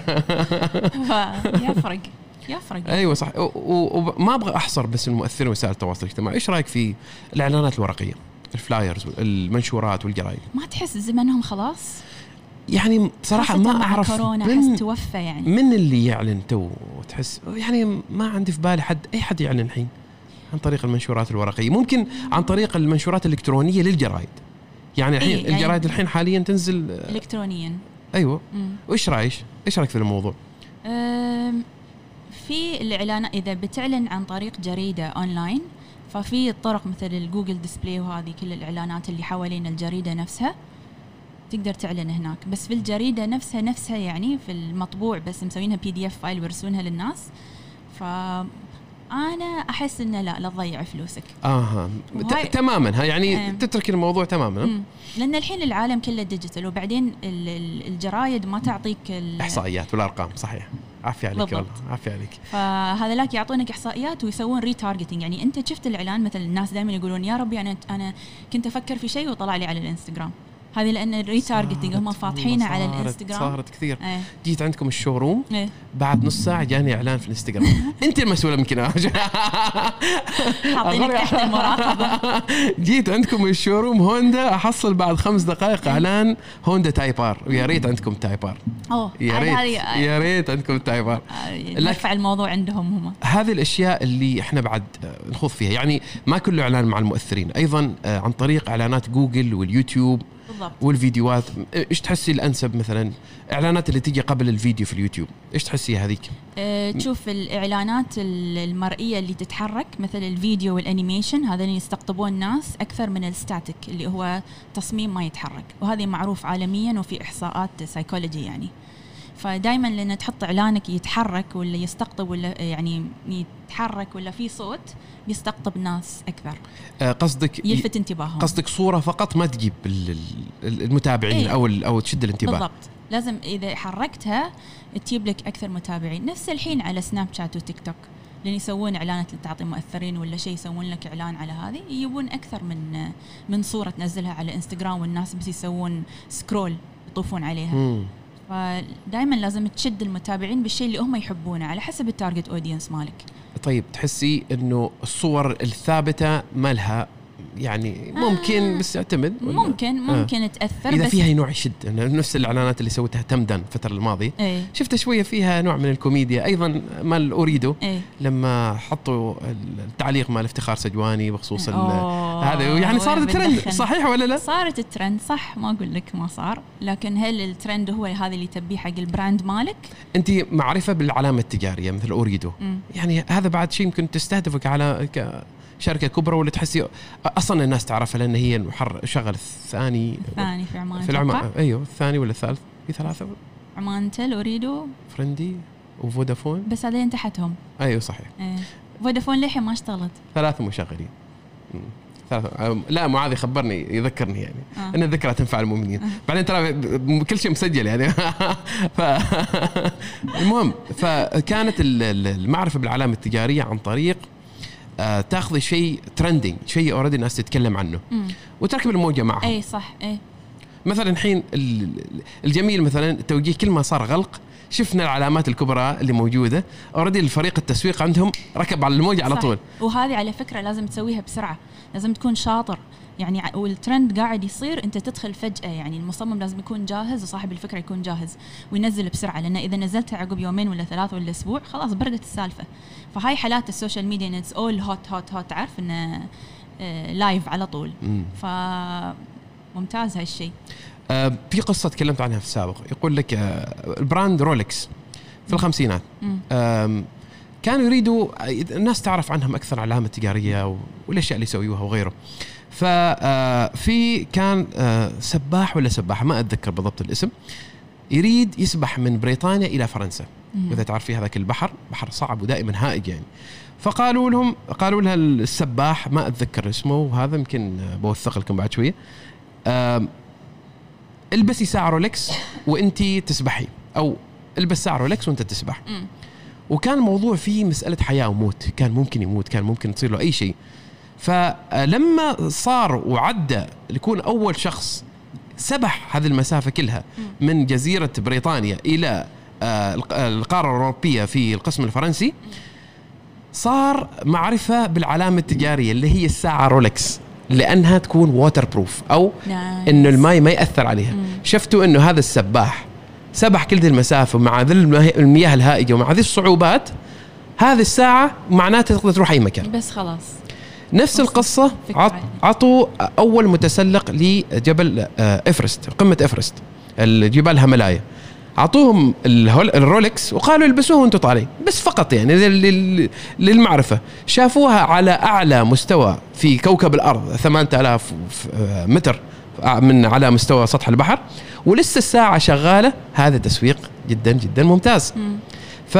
يفرق يفرق. ايوه صح. وما ابغى احصر بس المؤثرين وسائل التواصل الاجتماعي. ايش رايك في الاعلانات الورقيه، الفلايرز، المنشورات والجرايد؟ ما تحس زمنهم خلاص؟ يعني صراحه ما اعرف من توفى يعني من اللي يعلن تو تحس يعني ما عندي في بالي حد اي حد يعلن الحين عن طريق المنشورات الورقيه. ممكن عن طريق المنشورات الالكترونيه للجرايد. يعني الحين إيه الجرايد يعني الحين حاليا تنزل الكترونيا. ايوه. وايش رايك ايش رايك في الموضوع؟ في الاعلان اذا بتعلن عن طريق جريده اونلاين، ففي الطرق مثل الجوجل ديسبلاي وهذه كل الاعلانات اللي حوالين الجريده نفسها تقدر تعلن هناك. بس في الجريده نفسها نفسها يعني في المطبوع بس مسوينها بي دي اف فايل ويرسلونها للناس، ف أنا أحس إنه لا لا تضيع فلوسك. آها وهاي... تماماً. ها يعني ام. تترك الموضوع تماماً. ام. لأن الحين العالم كله ديجيتال، وبعدين الجرايد ما تعطيك الإحصائيات والأرقام. صحيح. عافية عليك والله، عافية عليك. فهذا لك يعطونك إحصائيات ويسوون ريتارجتنج. يعني أنت شفت الإعلان مثل الناس دائما يقولون يا ربي أنا أنا كنت أفكر في شيء وطلع لي على الإنستغرام. هذه لأن الريتارجتنج هم فاتحينه على الانستغرام. صارت كثير. ايه. جيت عندكم الشوروم ايه. بعد نص ساعة جاني إعلان في الانستغرام. أنت المسؤولة من كذا. حاطينك تحت المراقبة. جيت عندكم الشوروم هوندا أحصل بعد خمس دقائق إعلان هوندا تايبار، ويا ريت عندكم تايبار. أوه. يا ريت يا ريت عندكم تايبار. نرفع الموضوع عندهم هم. هذه الأشياء اللي إحنا بعد نخوض فيها. يعني ما كله إعلان مع المؤثرين، أيضا عن طريق إعلانات جوجل واليوتيوب بالضبط. والفيديوهات. ايش تحسي الانسب مثلا اعلانات اللي تيجي قبل الفيديو في اليوتيوب؟ ايش تحسي هذيك؟ أه تشوف الاعلانات المرئيه اللي تتحرك مثل الفيديو والانيميشن، هذا اللي يستقطبون الناس اكثر من الستاتيك اللي هو تصميم ما يتحرك، وهذا معروف عالميا وفي احصاءات سايكولوجي. يعني فدائما لان تحط اعلانك يتحرك ولا يستقطب ولا يعني يتحرك ولا في صوت بيستقطب ناس اكثر. آه قصدك يلفت انتباههم. قصدك صوره فقط ما تجيب المتابعين. ايه؟ او او تشد الانتباه. بالضبط. لازم اذا حركتها تجيب لك اكثر متابعين. نفس الحين على سناب شات وتيك توك لان يسوون اعلانات لتعطي مؤثرين ولا شيء، يسوون لك اعلان على هذه، يجيبون اكثر من من صوره تنزلها على انستغرام، والناس بس يسوون سكرول يطوفون عليها. مم. فدائما لازم تشد المتابعين بالشيء اللي هم يحبونه على حسب التارجت اودينس مالك. طيب تحسي انه الصور الثابته ما لها يعني ممكن آه بس يعتمد ممكن ممكن آه. تأثر إذا بس فيها نوع يشد. نفس الإعلانات اللي سوتها تمدن الفترة الماضية ايه؟ شفت شوية فيها نوع من الكوميديا أيضا مال أوريدو ايه؟ لما حطوا التعليق مال افتخار سجواني بخصوص هذا، يعني صارت ترند. صحيح ولا لا؟ صارت الترند صح، ما أقول لك ما صار، لكن هل الترند هو هذا اللي تبيه حق البراند مالك؟ أنت معرفة بالعلامة التجارية مثل أوريدو، م. يعني هذا بعد شيء ممكن تستهدفك على ك شركة كبرى ولا تحسي أصلاً الناس تعرفها لأن هي المحر شغل الثاني الثاني في عمان. في العمان أيوه الثاني ولا الثالث في ثلاثة. عمان تل أوريدو فرندي وفودافون، بس هذين تحتهم. أيوه صحيح. ايه. فودافون لحين ما اشتغلت. ثلاثة مشغلين. ثلاثة. لا معاذ خبرني يذكرني يعني آه. ان الذكرى تنفع المؤمنين. آه. بعدين ترى كل شيء مسجل يعني. ف... المهم فكانت المعرفة بالعلامة التجارية عن طريق آه تاخذ شيء ترندينج، شيء اوريدي الناس تتكلم عنه م. وتركب الموجة معه. اي صح. اي مثلا الحين الجميل مثلا التوجيه كل ما صار غلق شفنا العلامات الكبرى اللي موجودة اوريدي الفريق التسويق عندهم ركب على الموجة على طول. وهذه على فكرة لازم تسويها بسرعة، لازم تكون شاطر يعني، والترند قاعد يصير انت تدخل فجأة يعني. المصمم لازم يكون جاهز وصاحب الفكرة يكون جاهز وينزل بسرعة، لأن إذا نزلتها عقب يومين ولا ثلاثة ولا أسبوع خلاص بردت السالفة. فهاي حالات السوشيال ميديا إن it's all hot hot hot، تعرف إنه لايف على طول. فممتاز هاي الشيء. آه في قصة تكلمت عنها في السابق، يقول لك آه البراند رولكس في الخمسينات آه كانوا يريدوا الناس تعرف عنهم أكثر علامة تجارية والأشياء اللي يسويوها وغيره. ففي كان سباح ولا سباحة ما أتذكر بالضبط الاسم يريد يسبح من بريطانيا إلى فرنسا، وإذا تعرفي هذاك البحر بحر صعب ودائما هائج يعني. فقالوا لهم قالوا لها السباح ما أتذكر اسمه وهذا يمكن بوثق لكم بعد شوية، البسي ساعة رولكس وإنتي تسبحي، أو البس ساعة رولكس وإنت تسبح. وكان الموضوع فيه مسألة حياة وموت، كان ممكن يموت، كان ممكن تصير له أي شيء. فلما صار وعدى يكون أول شخص سبح هذه المسافة كلها من جزيرة بريطانيا إلى القارة الأوروبية في القسم الفرنسي، صار معرفة بالعلامة التجارية اللي هي الساعة رولكس، لأنها تكون ووتر بروف أو إنه الماء ما يأثر عليها. شفتوا إنه هذا السباح سبح كل ذي المسافة مع ذي المياه الهائجة ومع ذي الصعوبات، هذه الساعة معناتها تقدر تروح أي مكان. بس خلاص نفس القصة عطوا أول متسلق لجبل إفرست، قمة إفرست الجبال الهيمالايا، عطوهم الرولكس وقالوا البسوه وانتوا طالعين، بس فقط يعني للمعرفة. شافوها على أعلى مستوى في كوكب الأرض ثمانية آلاف متر من على مستوى سطح البحر، ولسه الساعة شغالة. هذا تسويق جدا جدا ممتاز. م. ف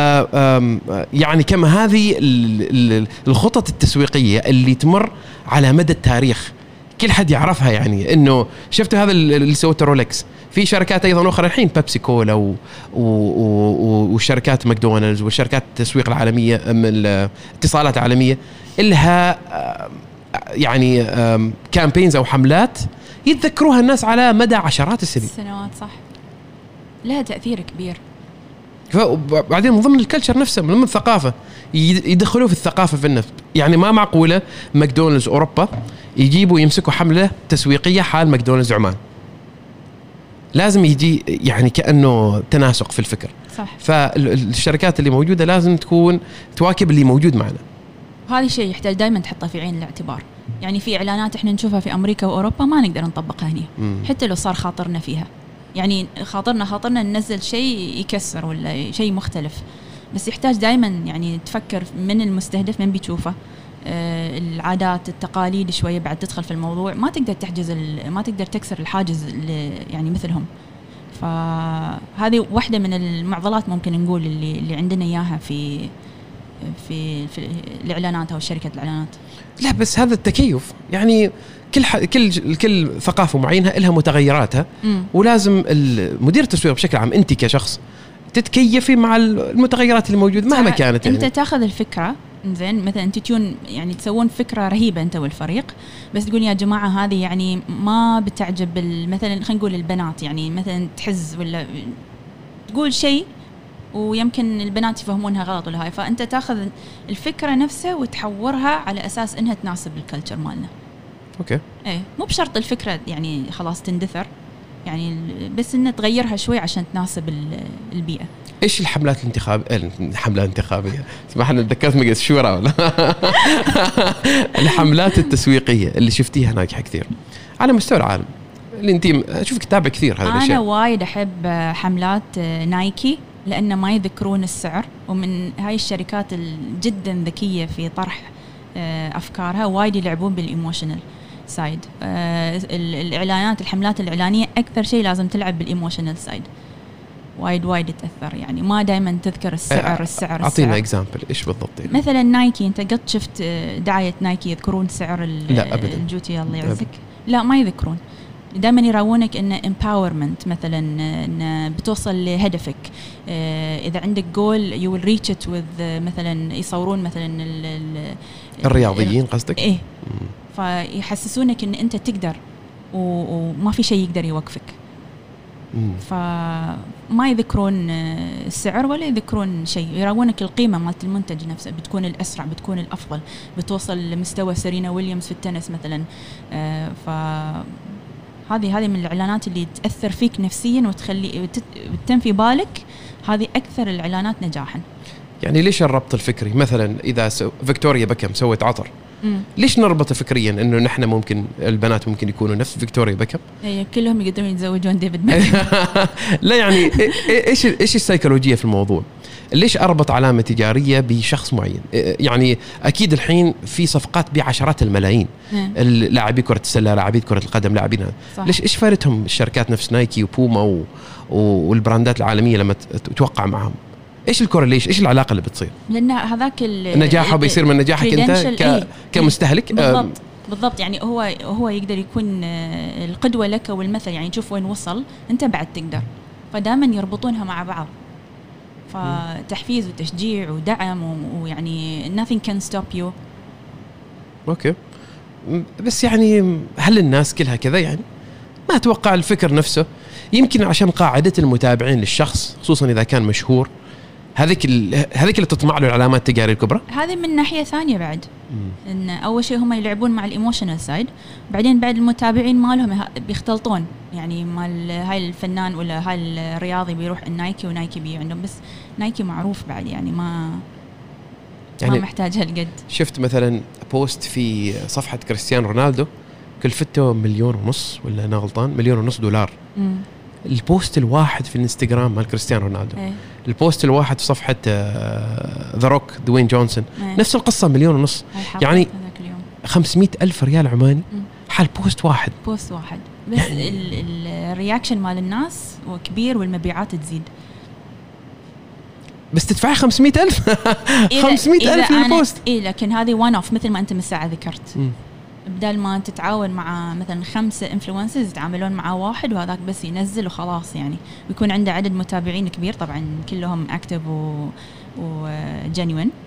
يعني كما هذه الخطط التسويقية اللي تمر على مدى التاريخ كل حد يعرفها، يعني إنه شفتوا هذا اللي سوته رولكس في شركات أيضا أخرى الحين، بيبسي كولا و... و... و... وشركات ماكدونالدز وشركات التسويق العالمية من الاتصالات العالمية إلها يعني كامبينز أو حملات يتذكروها الناس على مدى عشرات السنين سنوات. صح، لها تأثير كبير. فبعدين من ضمن الكلتشر نفسه، من ضمن الثقافة يدخلوا في الثقافة في النفس. يعني ما معقولة ماكدونالدز أوروبا يجيبوا يمسكوا حملة تسويقية حال ماكدونالدز عمان، لازم يجي يعني كأنه تناسق في الفكر. صح. فالشركات اللي موجودة لازم تكون تواكب اللي موجود معنا. هذا شيء يحتاج دائما تحطه في عين الاعتبار. يعني في إعلانات إحنا نشوفها في أمريكا وأوروبا ما نقدر نطبقها هنا، مم. حتى لو صار خاطرنا فيها، يعني خاطرنا خاطرنا ننزل شيء يكسر ولا شيء مختلف، بس يحتاج دائما يعني تفكر من المستهدف من بيشوفه، آه العادات التقاليد شوية بعد تدخل في الموضوع. ما تقدر تحجز ما تقدر تكسر الحاجز يعني مثلهم. فهذه واحدة من المعضلات ممكن نقول اللي اللي عندنا إياها في في في الإعلانات أو شركة الإعلانات. لا بس هذا التكيف يعني كل ح... كل كل ثقافة معينة لها متغيراتها، م. ولازم المدير التسويق بشكل عام أنت كشخص تتكيفي مع المتغيرات الموجودة مهما كانت. يعني أنت تأخذ الفكرة زين، مثلا أنت تيون يعني تسوون فكرة رهيبة أنت والفريق، بس تقول يا جماعة هذه يعني ما بتعجب مثلا خلينا نقول البنات، يعني مثلا تحز ولا تقول شيء ويمكن البنات يفهمونها غلط ولا هاي، فأنت تأخذ الفكرة نفسها وتحورها على أساس إنها تناسب الكلتشر مالنا. أوكي. إيه مو بشرط الفكرة يعني خلاص تندثر، يعني بس إنها تغيرها شوي عشان تناسب البيئة. إيش الحملات الانتخابية؟ الحملة الانتخابية سمحنا تذكرت مجلس الشورى ولا الحملات التسويقية اللي شفتيها ناجحة كثير على مستوى العالم اللي أنت أشوفك تتابع كثير هذا الشيء؟ أنا وايد أحب حملات نايكي لأن ما يذكرون السعر، ومن هاي الشركات جدا ذكية في طرح أفكارها، وايد يلعبون بالإيموشنال سايد. الإعلانات الحملات الإعلانية أكثر شيء لازم تلعب بالإيموشنال سايد. وايد وايد تأثر، يعني ما دائما تذكر السعر السعر أعطينا إكزامبل إيش بالضبط يعني؟ مثلا نايكي، أنت قد شفت دعاية نايكي يذكرون سعر الجوتي الله يعزك؟ لا ما يذكرون، دائما يراونك إن empowerment مثلا، إن بتوصل لهدفك، إذا عندك goal you will reach it with مثلا يصورون مثلا ال ال الرياضيين قصدك؟ إيه مم. فيحسسونك إن أنت تقدر وما في شيء يقدر يوقفك. فما يذكرون السعر ولا يذكرون شيء، يراونك القيمة مالت المنتج نفسه، بتكون الأسرع، بتكون الأفضل، بتوصل لمستوى سيرينا ويليامز في التنس مثلا. فهذه هذه من الإعلانات اللي تأثر فيك نفسيا وتخلي وتنفي بالك، هذه أكثر الإعلانات نجاحا. يعني ليش الربط الفكري؟ مثلا إذا فيكتوريا بيكهام سوت عطر، مم. ليش نربط فكريا إنه نحن ممكن البنات ممكن يكونوا نفس فيكتوريا بيكهام؟ أي كلهم يقدرون يتزوجون ديفيد بيكهام. لا يعني إيش إيش السيكولوجية في الموضوع؟ ليش أربط علامة تجارية بشخص معين؟ يعني أكيد الحين في صفقات بعشرات الملايين، لاعبي كرة السلة، لاعبي كرة القدم، لاعبين، ليش إيش فارتهم الشركات نفس نايكي وبوما و... والبراندات العالمية لما توقع معهم؟ ايش الكورليش، ايش العلاقه اللي بتصير؟ لان هذاك نجاحه بيصير من نجاحك انت ك... ايه كمستهلك. بالضبط بالضبط، يعني هو هو يقدر يكون القدوه لك والمثل، يعني تشوف وين وصل انت بعد تقدر، فدائما يربطونها مع بعض، فتحفيز وتشجيع ودعم، ويعني nothing can stop you. اوكي، بس يعني هل الناس كلها كذا؟ يعني ما اتوقع. الفكر نفسه يمكن عشان قاعده المتابعين للشخص، خصوصا اذا كان مشهور، هذيك هذيك اللي تطمع له العلامات التجارية الكبرى. هذه من ناحية ثانية بعد، مم. إن أول شيء هم يلعبون مع الإيموشنال سايد، بعدين بعد المتابعين مالهم بيختلطون، يعني مال هاي الفنان ولا هاي الرياضي بيروح النايكي ونايكي بي عندهم، بس نايكي معروف بعد، يعني ما يعني ما محتاج هالقد. شفت مثلا بوست في صفحة كريستيانو رونالدو كلفته مليون ونص ولا أنا غلطان، مليون ونص دولار. مم. البوست الواحد في الانستغرام مال كريستيانو رونالدو، ايه. البوست الواحد في صفحة ذا روك دوين جونسون، ايه. نفس القصة، مليون ونص، يعني خمسمائة ألف ريال عماني حال بوست واحد بوست واحد بس. يعني الرياكشن مال الناس كبير والمبيعات تزيد، بس تدفع خمسمائة ألف. خمسمائة ألف للبوست. إيه، لكن هذه وان اوف، مثل ما أنت من ساعة ذكرت، م. بدل ما تتعاون مع مثلا خمسة انفلونسرز يتعاملون مع واحد وهذاك بس ينزل وخلاص، يعني ويكون عنده عدد متابعين كبير، طبعا كلهم اكتف وجينيوين،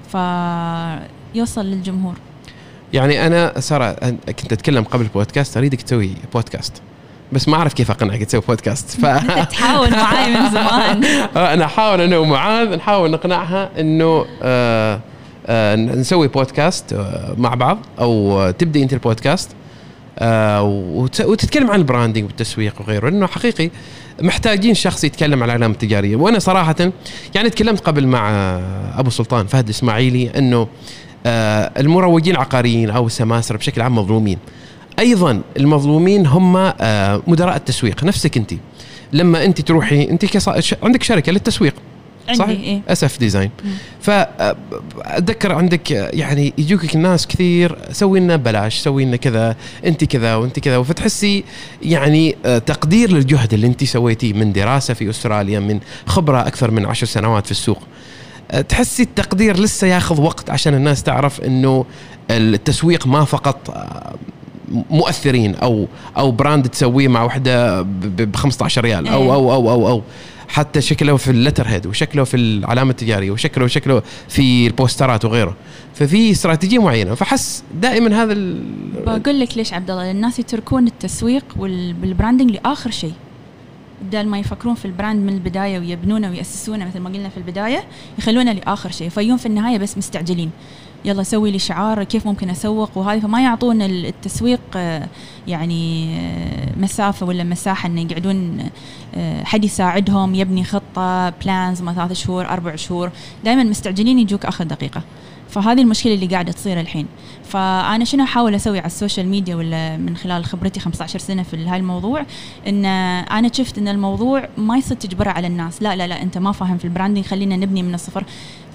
فيوصل للجمهور. يعني انا ساره كنت اتكلم قبل البودكاست اريدك تسوي بودكاست، بس ما اعرف كيف اقنعك تسوي بودكاست. ف تحاول معي من زمان. انا احاول انا ومعاذ نحاول نقنعها انه آه آه نسوي بودكاست آه مع بعض، او تبدأ انت البودكاست آه وتتكلم عن البراندينج والتسويق وغيره، لانه حقيقي محتاجين شخص يتكلم عن العلامة التجارية. وانا صراحة يعني تكلمت قبل مع ابو سلطان فهد الاسماعيلي انه آه المروجين العقاريين او السماسرة بشكل عام مظلومين. ايضا المظلومين هم آه مدراء التسويق، نفسك انت لما انت تروحي انت كص... عندك شركة للتسويق صح؟ إيه؟ أسف ديزاين. فأتذكر عندك يعني يجوك الناس كثير سوي لنا بلاش، سوي لنا كذا، أنت كذا وأنت كذا، وفتحسي يعني تقدير للجهد اللي أنت سويتيه من دراسة في أستراليا، من خبرة أكثر من عشر سنوات في السوق. تحسي التقدير لسه ياخذ وقت عشان الناس تعرف إنه التسويق ما فقط مؤثرين أو أو براند تسويه مع واحدة بخمسة عشر ريال أو أو أو أو, أو حتى شكله في اللتر هيد، وشكله في العلامة التجارية، وشكله وشكله في البوسترات وغيره. ففي استراتيجية معينة. فحس دائما هذا ال... بقول لك ليش عبد الله، الناس يتركون التسويق والبراندنج لآخر شيء، بدل ما يفكرون في البراند من البداية ويبنونه ويأسسونه مثل ما قلنا في البداية، يخلونه لآخر شيء، فيوم في النهاية بس مستعجلين، يلا سوي لي شعار كيف ممكن أسوق وهذه، فما يعطون التسويق يعني مسافة ولا مساحة إن يقعدون حد يساعدهم يبني خطة بلانز ما ثلاث شهور أربع شهور، دائما مستعجلين يجوك آخر دقيقة. فهذه المشكلة اللي قاعدة تصير الحين. فأنا شنو أحاول أسوي على السوشيال ميديا ولا من خلال خبرتي خمسة عشر سنة في هاي الموضوع، إن أنا شفت إن الموضوع ما يصير تجبره على الناس، لا لا لا أنت ما فاهم في البراندينج، خلينا نبني من الصفر.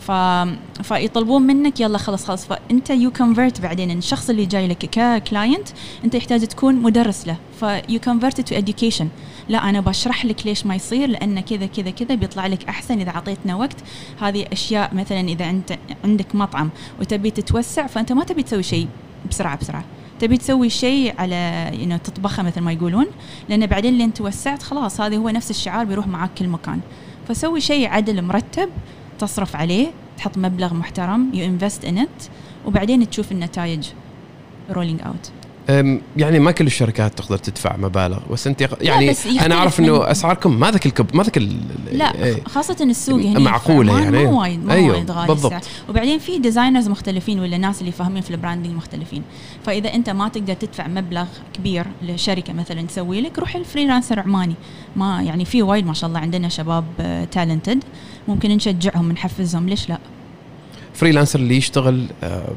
ف... فيطلبون منك يلا خلص خلص فأنت يو كونفرت بعدين الشخص اللي جاي لك ككلاينت أنت يحتاج تكون مدرس له فيو كونفرت تو education. لا أنا بشرح لك ليش ما يصير لأن كذا كذا كذا بيطلع لك أحسن إذا عطيتنا وقت. هذه أشياء مثلا إذا أنت عندك مطعم وتبي تتوسع فأنت ما تبي تسوي شيء بسرعة بسرعة تبي تسوي شيء على يعني تطبخه مثل ما يقولون لأن بعدين لين توسعت خلاص هذا هو نفس الشعار بيروح معك كل مكان. فسوي شيء عدل مرتب تصرف عليه تحط مبلغ محترم you invest in it وبعدين تشوف النتائج rolling out. يعني ما كل الشركات تقدر تدفع مبالغ بس انت يعني بس انا اعرف انه اسعاركم ما ذاك الكب ما ذاك لا ايه خاصه السوق هنا معقوله يعني مو وايد مو أيوه وايد غالي السعر. وبعدين في ديزاينرز مختلفين ولا ناس اللي فاهمين في البراندنج مختلفين. فاذا انت ما تقدر تدفع مبلغ كبير لشركه مثلا تسوي لك روح الفريلانسر عماني ما يعني في وايد ما شاء الله عندنا شباب تالنتد ممكن نشجعهم نحفزهم ليش لا. فريلانسر اللي يشتغل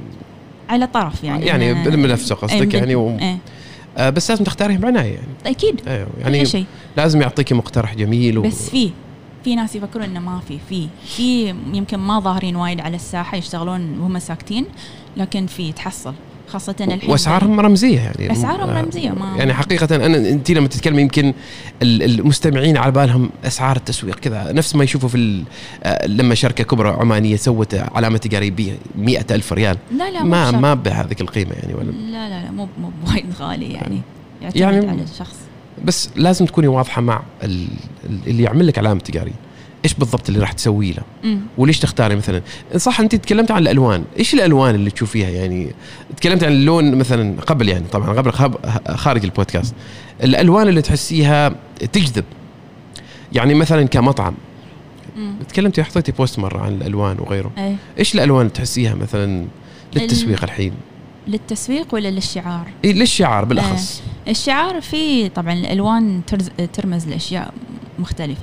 على طرف يعني يعني بنفسه قصدك يعني و... ايه. آه بس لازم تختاريه بعناية يعني اكيد ايوه يعني لازم يعطيكي مقترح جميل و... بس في في ناس يفكرون انه ما في في في يمكن ما ظاهرين وايد على الساحه يشتغلون وهم ساكتين لكن في تحصل خاصة الحين واسعارهم رمزية يعني اسعارهم رمزية ما يعني حقيقة أنا أنت لما تتكلم يمكن المستمعين على بالهم أسعار التسويق كذا نفس ما يشوفوا في لما شركة كبرى عمانية سوت علامة تجارية مئة ألف ريال لا لا ما ما بهذه القيمة يعني ولا لا لا لا مو مو وايد غالي يعني يعتمد يعني على الشخص بس لازم تكوني واضحة مع اللي يعمل لك علامة تجارية إيش بالضبط اللي راح تسوي له مم. وليش تختاري مثلا صح أنت تكلمت عن الألوان إيش الألوان اللي تشوفيها يعني تكلمت عن اللون مثلا قبل يعني طبعا قبل خارج البودكاست الألوان اللي تحسيها تجذب يعني مثلا كمطعم مم. تكلمتي حطيتي بوست مرة عن الألوان وغيره أي. إيش الألوان اللي تحسيها مثلا للتسويق الحين للتسويق ولا للشعار إيه للشعار بالأخص آه. الشعار فيه طبعا الألوان ترمز لأشياء مختلفة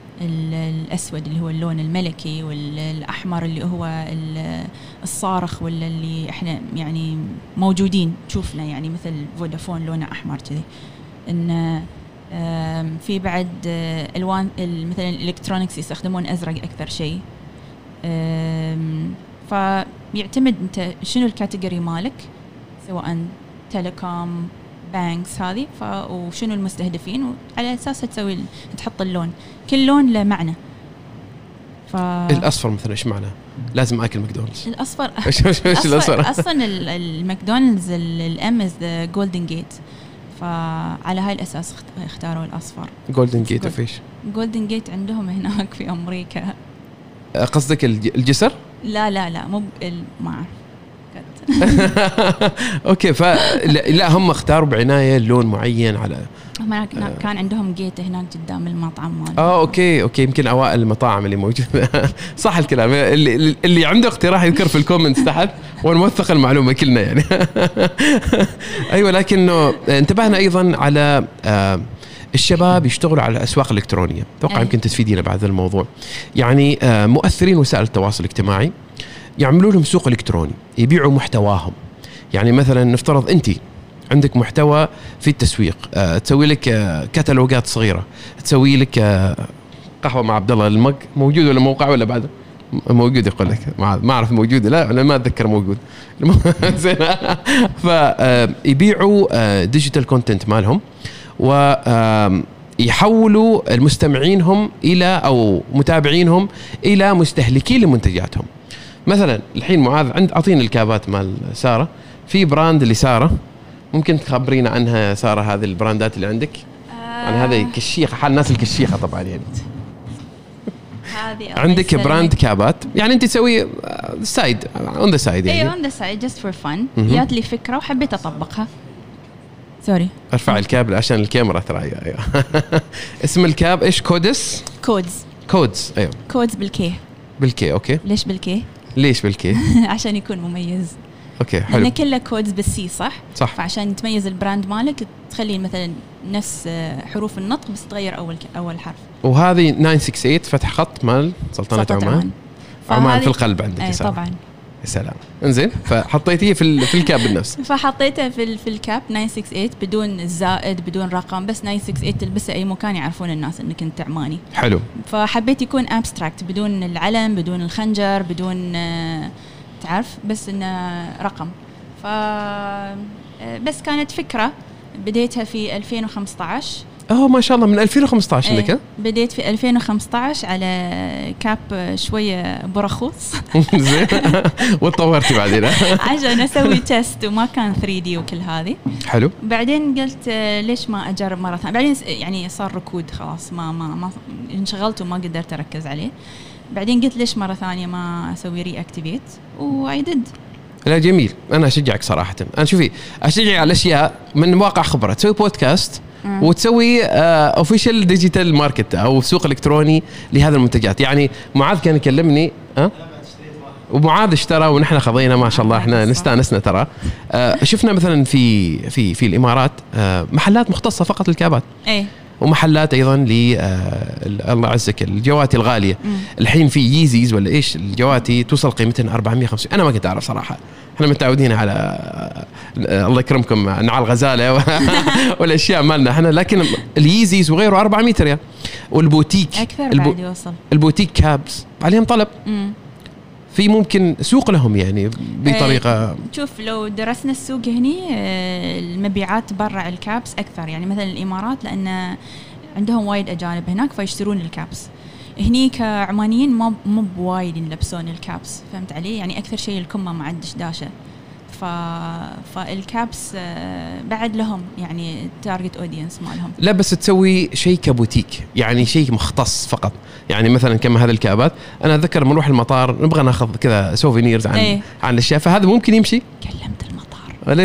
الأسود اللي هو اللون الملكي والأحمر اللي هو الصارخ ولا اللي إحنا يعني موجودين تشوفنا يعني مثل فودافون لونه أحمر كذي. إن في بعد ألوان مثلا الإلكترونيكس يستخدمون أزرق أكثر شيء. فيعتمد أنت شنو الكاتيجوري مالك سواء تيليكوم بانكس هذه ف وشنو المستهدفين وعلى أساسها تسوي تحط اللون كل لون له معنى. ف... الأصفر مثلا إيش معنى؟ لازم أكل ماكدونالدز. الأصفر إيش إيش الأصفر؟ أصلاً الماكدونالدز الأم is the golden gate فعلى هاي الأساس اختاروا الأصفر. golden gate فيش؟ golden gate عندهم هناك في أمريكا. قصدك الجسر؟ لا لا لا مو ما أعرف. اوكي فلا هم اختاروا بعنايه لون معين على هم كان عندهم جيت هناك قدام المطعم مالهم. اه اوكي اوكي يمكن اوائل المطاعم اللي موجوده صح الكلام اللي, اللي عنده اقتراح يذكر في الكومنتس تحت ونوثق المعلومه كلنا يعني. ايوه لكنه انتبهنا ايضا على آه الشباب يشتغلوا على الأسواق الإلكترونية اتوقع يمكن تفيدينا بعد الموضوع يعني آه مؤثرين وسائل التواصل الاجتماعي يعملوا لهم سوق إلكتروني يبيعوا محتواهم. يعني مثلا نفترض أنت عندك محتوى في التسويق أه تسوي لك أه كتالوجات صغيرة تسوي لك أه قهوة مع عبد الله المج موجود ولا موقع ولا بعده موجود يقول لك ما أعرف موجود لا أنا ما أتذكر موجود زين فيبيعوا أه ديجيتال كونتنت مالهم ويحولوا المستمعينهم إلى أو متابعينهم إلى مستهلكين لمنتجاتهم. مثلا الحين معاذ عند أعطينا الكابات مال سارة في براند لسارة ممكن تخبرينا عنها سارة هذه البراندات اللي عندك آه عن هذه كشيخة حال الناس الكشيخة طبعا يعني عندك براند كابات يعني أنت تسوي سايد on the side يعني إيه on the side just for fun جات لي فكرة وحبيت أطبقها سوري ارفع الكابل عشان الكاميرا ترى أيوة. اسم الكاب إيش كودس كودز كودز أيوة كودز بالكي بالكي أوكي ليش بالكي ليش بالكي عشان يكون مميز اوكي حلو لأن كله كودز بالسي صح صح فعشان تميز البراند مالك تخلي مثلا نفس حروف النطق بس تغير اول اول حرف. وهذه تسعمية وستة وستين فتح خط مال سلطنة عمان عمان في القلب عندك اي طبعا يا سلام. انزين فحطيتيه في في الكاب بالنفس. فحطيته في في الكاب تسعمية وستة وستين بدون الزائد بدون رقم، بس تسعمية وستة وستين تلبسه اي مكان يعرفون الناس انك انت عماني. حلو. فحبيت يكون ابستراكت بدون العلم بدون الخنجر بدون تعرف بس انه رقم. ف بس كانت فكره بديتها في ألفين وخمسة عشر. اوه ما شاء الله من ألفين وخمسة عشر عندك. ايه بديت في ألفين وخمسة عشر على كاب شويه برخوص. زين. وتطورتي بعدين عشان اسوي تيست وما كان ثري دي وكل هذه. حلو. بعدين قلت ليش ما اجرب مره ثانيه. بعدين يعني صار ركود خلاص ما ما ما انشغلت وما قدرت اركز عليه. بعدين قلت ليش مره ثانيه ما اسوي ري اكتيفيت واي ديد. لا جميل. انا اشجعك صراحه. انا شوفي اشجع على الاشياء من واقع خبره. تسوي بودكاست مم. وتسوي اوفيشال ديجيتال ماركت او سوق الكتروني لهذا المنتجات. يعني معاذ كان يكلمني أه؟ ومعاذ اشترى ونحن خضينا ما شاء الله. احنا نستانسنا ترى. أه شفنا مثلا في في في الامارات أه محلات مختصه فقط للكابات. ايه ومحلات ايضا ل الله عزك الجواتي الغاليه. مم. الحين في ييزيز ولا ايش الجواتي توصل قيمتها أربعمية وخمسين. انا ما كنت اعرف صراحه. احنا متعودين على الله يكرمكم نعال غزاله والاشياء مالنا احنا، لكن الييزيز وغيره أربعمية ريال. والبوتيك اكثر البو... بعد يوصل. البوتيك كابس عليهم طلب. مم. في ممكن سوق لهم يعني بطريقه. اه شوف لو درسنا السوق هني المبيعات برا الكابس اكثر. يعني مثلا الامارات لان عندهم وايد اجانب هناك فيشترون الكابس. هني كعمانيين ما مو بوايد يلبسون الكابس فهمت علي. يعني اكثر شيء الكمه مع الدشداشه. ف فالكابس بعد لهم يعني تارجت اودينس مالهم. لا بس تسوي شيء كبوتيك يعني شيء مختص فقط. يعني مثلا كما هذه الكابات انا اتذكر لما نروح المطار نبغى ناخذ كذا سوفينيرز عن ايه؟ عن الاشياء. فهذا ممكن يمشي. كلمت المطار.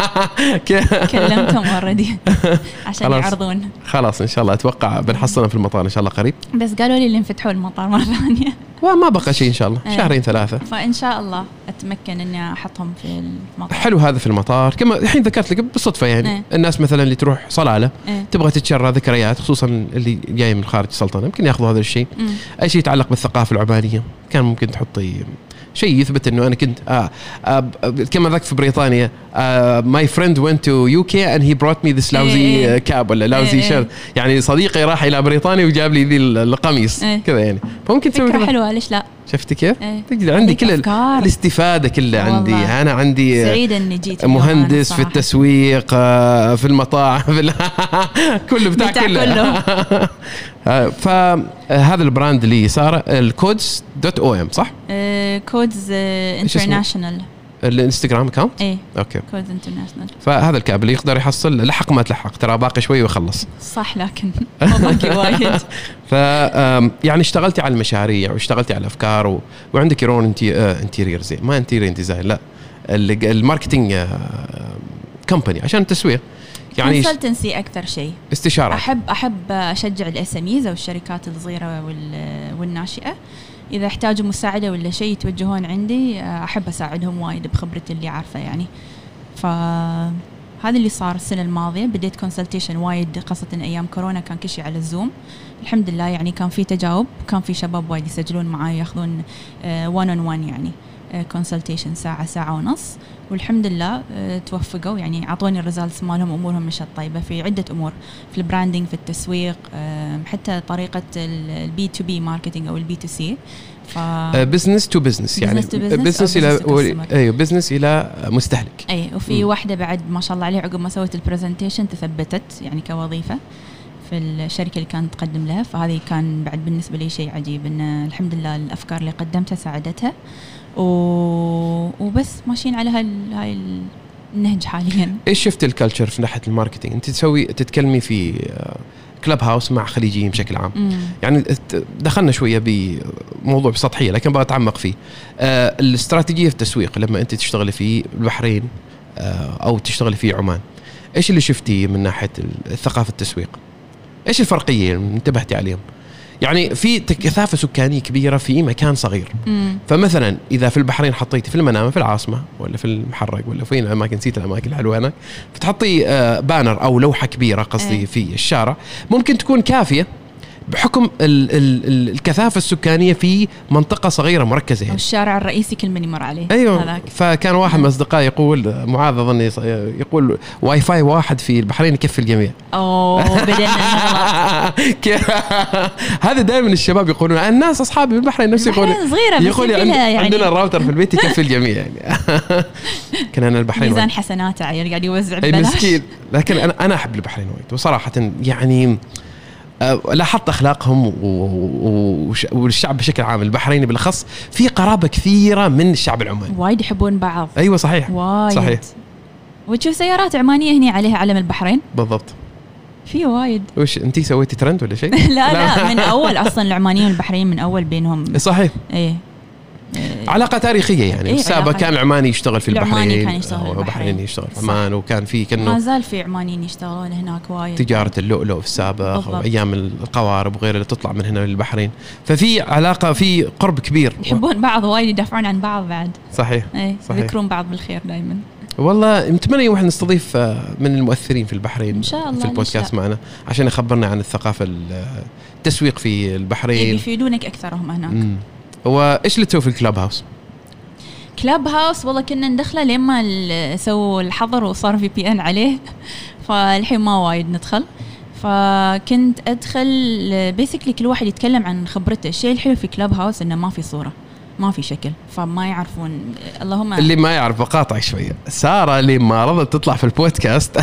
كلمتهم اوريدي عشان خلاص. يعرضون. خلاص ان شاء الله اتوقع بنحصلهم في المطار ان شاء الله قريب. بس قالوا لي اللي انفتحوا المطار مره ثانيه. وما بقى شيء ان شاء الله. شهرين ثلاثه فان شاء الله اتمكن اني احطهم في المطار. حلو هذا في المطار. كما الحين ذكرت لك بالصدفه يعني ايه؟ الناس مثلا اللي تروح صلاله ايه؟ تبغى تتشرى ذكريات خصوصا اللي جاي من خارج السلطنه يمكن ياخذوا هذا الشيء. م. اي شيء يتعلق بالثقافه العمانيه كان ممكن تحطي شيء يثبت انه انا كنت آه آه كما ذاك في بريطانيا ماي فريند went to يو كي and he brought me this lousy كاب ولا lousy shirt. يعني صديقي راح الى بريطانيا وجاب لي ذي القميص كذا. يعني ممكن تسوي كذا. حلوه ليش لا. شفتي كيف؟ تقدر عندي كل أفكار. الاستفاده كلها عندي. انا عندي سعيده اني جيت مهندس في التسويق في المطاعم في كله بتاع كله. فهذا البراند اللي صار الكودز دوت او ام صح؟ كودز انترناشونال الانستغرام اكاونت. ايه اوكي كودز انترناشونال. فهذا الكابل اللي يقدر يحصل لحق ما تلحق ترى باقي شوي ويخلص. صح لكن ما باقي وايد. ف يعني اشتغلتي على المشاريع واشتغلتي على الافكار و... وعندك يرون انتي انتيرير زي ما انتيرير ديزاين لا الماركتينج كمباني عشان التسويق يعني كونسلتنسي اكثر شيء استشاره. احب احب اشجع الاس ام ايز او الشركات الصغيره والناشئه اذا احتاجوا مساعده ولا شيء يتوجهون عندي احب اساعدهم وايد بخبرتي اللي عارفه يعني. فهذا اللي صار السنه الماضيه. بديت كونسلتيشن وايد خاصه ايام كورونا كان كل شيء على الزوم. الحمد لله يعني كان في تجاوب. كان في شباب وايد يسجلون معي ياخذون وان اون وان يعني كونسلتيشن ساعه ساعه ونص. والحمد لله توفقوا يعني اعطوني الريزلتس مالهم. امورهم مشت طيبه في عده امور في البراندنج في التسويق حتى طريقه البي تو بي ماركتينج او البي تو سي. ف بزنس تو بزنس يعني بزنس الى ايوه بزنس الى مستهلك. اي وفي م. واحده بعد ما شاء الله عليها عقب ما سويت البرزنتيشن تثبتت يعني كوظيفه في الشركه اللي كانت تقدم لها. فهذه كان بعد بالنسبه لي شيء عجيب ان الحمد لله الافكار اللي قدمتها ساعدتها و... وبس ماشيين على هاي هاي النهج حاليا. ايش شفت الكالتشر في ناحيه الماركتينج؟ انت تسوي تتكلمي في كلب هاوس مع خليجيين بشكل عام. مم. يعني دخلنا شويه بموضوع بسطحيه لكن بغى اتعمق فيه. آه الاستراتيجيه في التسويق لما انت تشتغلي في البحرين آه او تشتغلي في عمان ايش اللي شفتي من ناحيه الثقافه التسويق؟ ايش الفرقيه اللي انتبهتي عليهم؟ يعني في كثافه سكانيه كبيره في مكان صغير. مم. فمثلا اذا في البحرين حطيتي في المنامه في العاصمه ولا في المحرق ولا في الاماكن نسيت الاماكن الحلوه هناك فتحطي بانر او لوحه كبيره قصدي في الشارع ممكن تكون كافيه بحكم ال ال الكثافه السكانيه في منطقه صغيره مركزه يعني. الشارع الرئيسي كل من يمر عليه. ايوه هذاك. فكان واحد من اصدقائي يقول معاذ اظن يقول واي فاي واحد في البحرين يكفي الجميع. اوه بدنا هذا دائما الشباب يقولون الناس اصحابي من البحرين نفسي يقولون يقول يعني عندنا الراوتر في البيت يكفي الجميع يعني. كان انا البحرين ميزان حسناته عيل قاعد يوزع ببلاش مسكين. لكن انا انا احب البحرين وايد وصراحه يعني لاحظت اخلاقهم والشعب بشكل عام البحريني بالاخص في قرابه كثيره من الشعب العماني وايد يحبون بعض. ايوه صحيح وايد. صحيح. وتشوف سيارات عمانيه هنا عليها علم البحرين بالضبط. في وايد. وش انتي سويتي ترند ولا شيء؟ لا لا من اول اصلا العمانيين والبحريين من اول بينهم. صحيح. ايه علاقة تاريخية يعني. إيه السابق كان العماني يشتغل في البحرين، العماني كان يشتغل في البحرين يشتغل في عمان، وكان في كأنه ما زال في عمانيين يشتغلون هناك وايد. تجارة اللؤلؤ في السابق وأيام القوارب وغيره اللي تطلع من هنا للبحرين، ففي علاقة في قرب كبير. يحبون بعض وايد يدافعون عن بعض بعد. صحيح. إيه صحيح. يذكرون بعض بالخير دائما. والله نتمنى يوم احنا نستضيف من المؤثرين في البحرين إن شاء الله في البودكاست معنا عشان يخبرنا عن الثقافة التسويق في البحرين. يفيدونك أكثرهم هناك. مم. وإيش اللي تسوي في الكلاب هاوس؟ كلاب هاوس والله كنا ندخله لما سووا الحظر وصار في بي ان عليه، فالحين ما وايد ندخل. فكنت أدخل بيسكلي كل واحد يتكلم عن خبرته. الشيء الحلو في كلاب هاوس إنه ما في صورة ما في شكل، فما يعرفون. اللهم اللي ما يعرف بقاطع شوية، سارة اللي ما رضت تطلع في البودكاست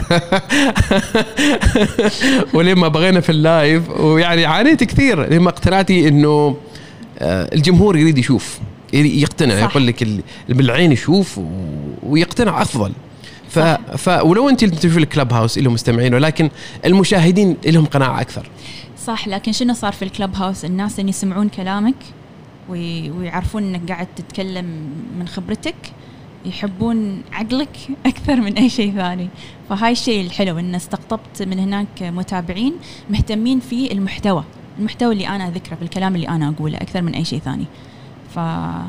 ولما بغينا في اللايف ويعني عانيت كثير لما اقتنعتي إنه الجمهور يريد يشوف يقتنع. صح. يقول لك اللي بالعين يشوف ويقتنع أفضل. ف... ف... ولو أنت تشوف الكلاب هاوس لهم مستمعين، ولكن المشاهدين لهم قناعة أكثر. صح. لكن شنو صار في الكلاب هاوس؟ الناس اللي يسمعون كلامك ويعرفون أنك قاعد تتكلم من خبرتك يحبون عقلك أكثر من أي شيء ثاني. فهاي الشيء الحلو إن استقطبت من هناك متابعين مهتمين في المحتوى المحتوى اللي أنا أذكره بالكلام اللي أنا أقوله أكثر من أي شيء ثاني. ف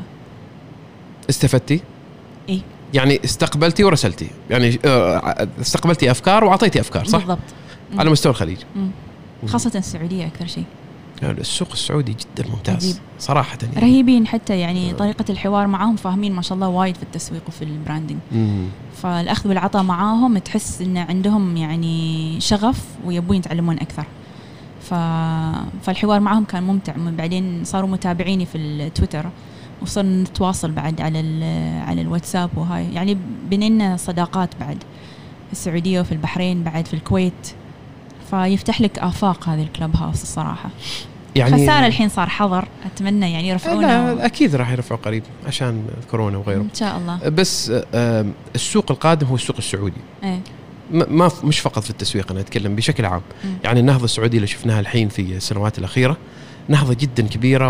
استفدتي؟ إيه يعني استقبلتي ورسلتي، يعني استقبلتي أفكار وعطيتي أفكار، صح؟ بالضبط. على مستوى الخليج. مم. خاصة السعودية أكثر شيء. يعني السوق السعودي جدا ممتاز عجيب. صراحة يعني. رهيبين حتى يعني طريقة الحوار معهم فاهمين ما شاء الله وايد في التسويق وفي البراندنج. مم. فالأخذ والعطاء معاهم تحس إن عندهم يعني شغف ويبون يتعلمون أكثر. ف... فالحوار معهم كان ممتع. بعدين صاروا متابعيني في التويتر وصرنا نتواصل بعد على على الواتساب، وهاي يعني بنينا صداقات بعد في السعودية وفي البحرين بعد في الكويت. فيفتح لك آفاق هذه الكلاب هاوس الصراحة. يعني خسارة الحين صار حظر، أتمنى يعني يرفعونه. لا أكيد راح يرفعوا قريب عشان الكورونا وغيره إن شاء الله. بس السوق القادم هو السوق السعودي. إيه؟ ما مش فقط في التسويق، أنا أتكلم بشكل عام. م. يعني النهضة السعودية اللي شفناها الحين في السنوات الأخيرة نهضة جدا كبيرة،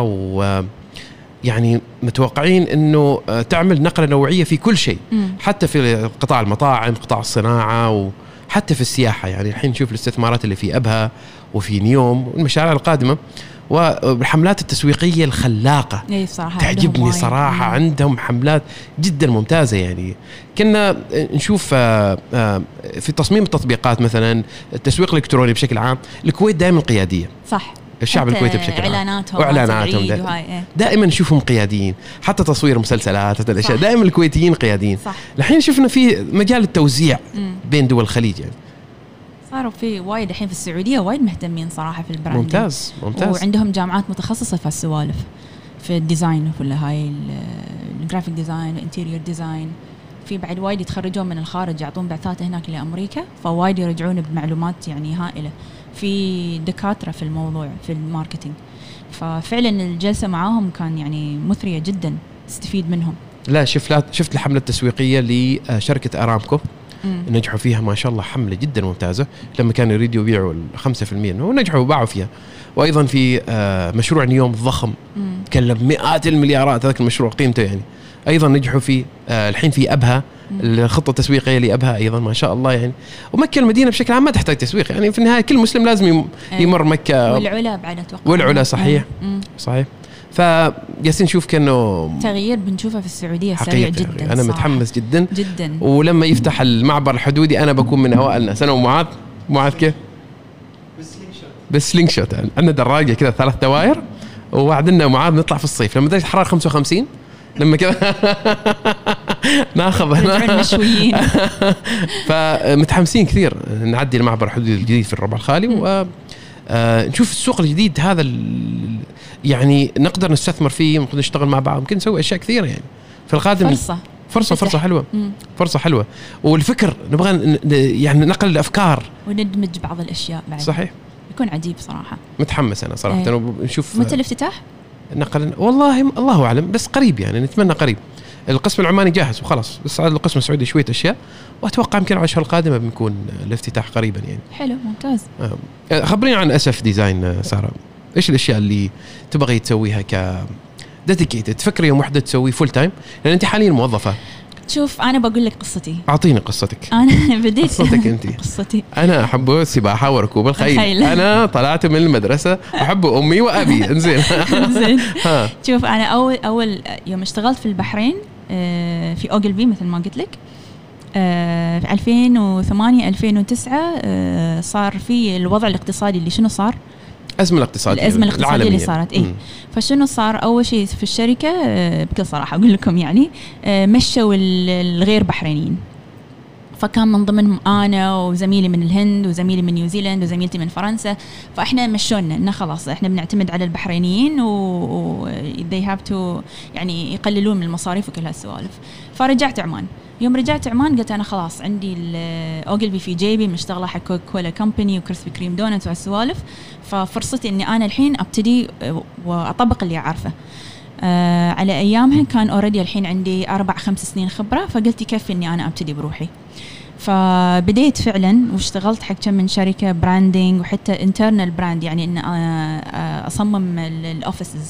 ويعني متوقعين أنه تعمل نقلة نوعية في كل شيء. م. حتى في قطاع المطاعم، قطاع الصناعة، وحتى في السياحة. يعني الحين نشوف الاستثمارات اللي في أبها وفي نيوم والمشاريع القادمة والحملات التسويقية الخلاقة. إيه صراحة تعجبني صراحة. مم. عندهم حملات جدا ممتازة. يعني كنا نشوف في تصميم التطبيقات مثلا التسويق الإلكتروني بشكل عام الكويت دائما قيادية. صح. الشعب الكويتي بشكل عام إعلاناتهم وإعلاناتهم دائما, إيه؟ دائما نشوفهم قياديين. حتى تصوير مسلسلات هذه الأشياء دائما الكويتيين قياديين. صح. الحين شفنا في مجال التوزيع مم. بين دول الخليج يعني صاروا في وايد الحين في السعودية وايد مهتمين صراحة في البراندنج. ممتاز ممتاز. وعندهم جامعات متخصصة في السوالف في الديزاين وفي هاي الجرافيك ديزاين الانتيريور ديزاين. في بعد وايد يتخرجون من الخارج يعطون بعثات هناك لأمريكا، فوايد يرجعون بمعلومات يعني هائلة. في دكاترة في الموضوع في الماركتينج. ففعلا الجلسة معاهم كان يعني مثرية جدا، تستفيد منهم. لا شفت شفت الحملة التسويقية لشركة أرامكو نجحوا فيها ما شاء الله، حملة جدا ممتازة. لما كانوا يريدوا يبيعوا الخمسة في المية ونجحوا وباعوا فيها. وأيضا في مشروع نيوم ضخم تكلم مئات المليارات، هذاك المشروع قيمته يعني أيضا نجحوا فيه. الحين في أبها الخطة التسويقية لأبها أيضا ما شاء الله يعني. ومكة المدينة بشكل عام ما تحتاج تسويق يعني، في النهاية كل مسلم لازم يمر مكة. والعلا بعد أتوقع. والعلا صحيح. مم. صحيح. فياسين نشوف كأنه تغيير بنشوفه في السعودية سريع جدا. أنا صراحة. متحمس جدا جدا. ولما يفتح المعبر الحدودي أنا بكون من أوائل الناس، أنا ومعاذ. معاذ كيف؟ بالسلينج شوت. عندنا دراجه كذا ثلاث دوائر، ووعدنا معاذ نطلع في الصيف لما درجه الحراره خمسة وخمسين، لما كذا ناخذ المشويين. فمتحمسين كثير نعدي المعبر الحدودي الجديد في الربع الخالي، ونشوف السوق الجديد هذا يعني نقدر نستثمر فيه، ممكن نشتغل مع بعض، ممكن نسوي اشياء كثيره يعني في القادم. فرصه فرصه فرصه حلوه. مم. فرصه حلوه. والفكر نبغى يعني نقل الافكار وندمج بعض الاشياء بعد. صحيح، يكون عجيب صراحه. متحمس انا صراحه. ايه. نشوف متى الافتتاح؟ نقل والله الله اعلم، بس قريب يعني، نتمنى قريب. القسم العماني جاهز وخلاص، بس على القسم السعودي شويه اشياء، واتوقع يمكن على الاشهر القادمه بنكون الافتتاح قريبا يعني. حلو، ممتاز. آه. خبريني عن اسف ديزاين ساره، ايش الاشياء اللي تبغي تسويها ك ديديكيتد، تفكري يوم وحده تسوي فول تايم، لان انت حاليا موظفه؟ شوف انا بقول لك قصتي. اعطيني قصتك. انا بديت قصتك انت. قصتي انا احب السباحه وركوب الخيل. انا طلعت من المدرسه احب امي وابي. انزين. زين. شوف انا اول اول يوم اشتغلت في البحرين في اوغلبي مثل ما قلت لك في ألفين وثمانية ألفين وتسعة، صار في الوضع الاقتصادي اللي شنو صار، الأزمة الاقتصادية الأزمة الاقتصادية اللي صارت. إيه. فشنو صار أول شيء في الشركة بكل صراحة أقول لكم يعني مشوا الغير بحرينيين، فكان من ضمنهم أنا وزميلي من الهند وزميلي من نيوزيلند وزميلتي من فرنسا، فإحنا مشونا إنه خلاص إحنا بنعتمد على البحرينيين و they have to يعني يقللون من المصاريف وكل هالسوالف. فرجعت عمان. يوم رجعت عمان قلت أنا خلاص عندي الأوغلبي في جيبي، مشتغلة حق كوكا كولا كومباني وكريسبي كريم دونتس وهالسوالف، ففرصتي إني أنا الحين أبتدي وأطبق اللي أعرفه. آه على أيامها كان أوريدي الحين عندي أربع خمس سنين خبرة، فقلت يكفي إني أنا أبتدي بروحي. فبديت فعلا واشتغلت حق كم من شركة براندينج وحتى انترنال براند، يعني إن أصمم الأوفيسز.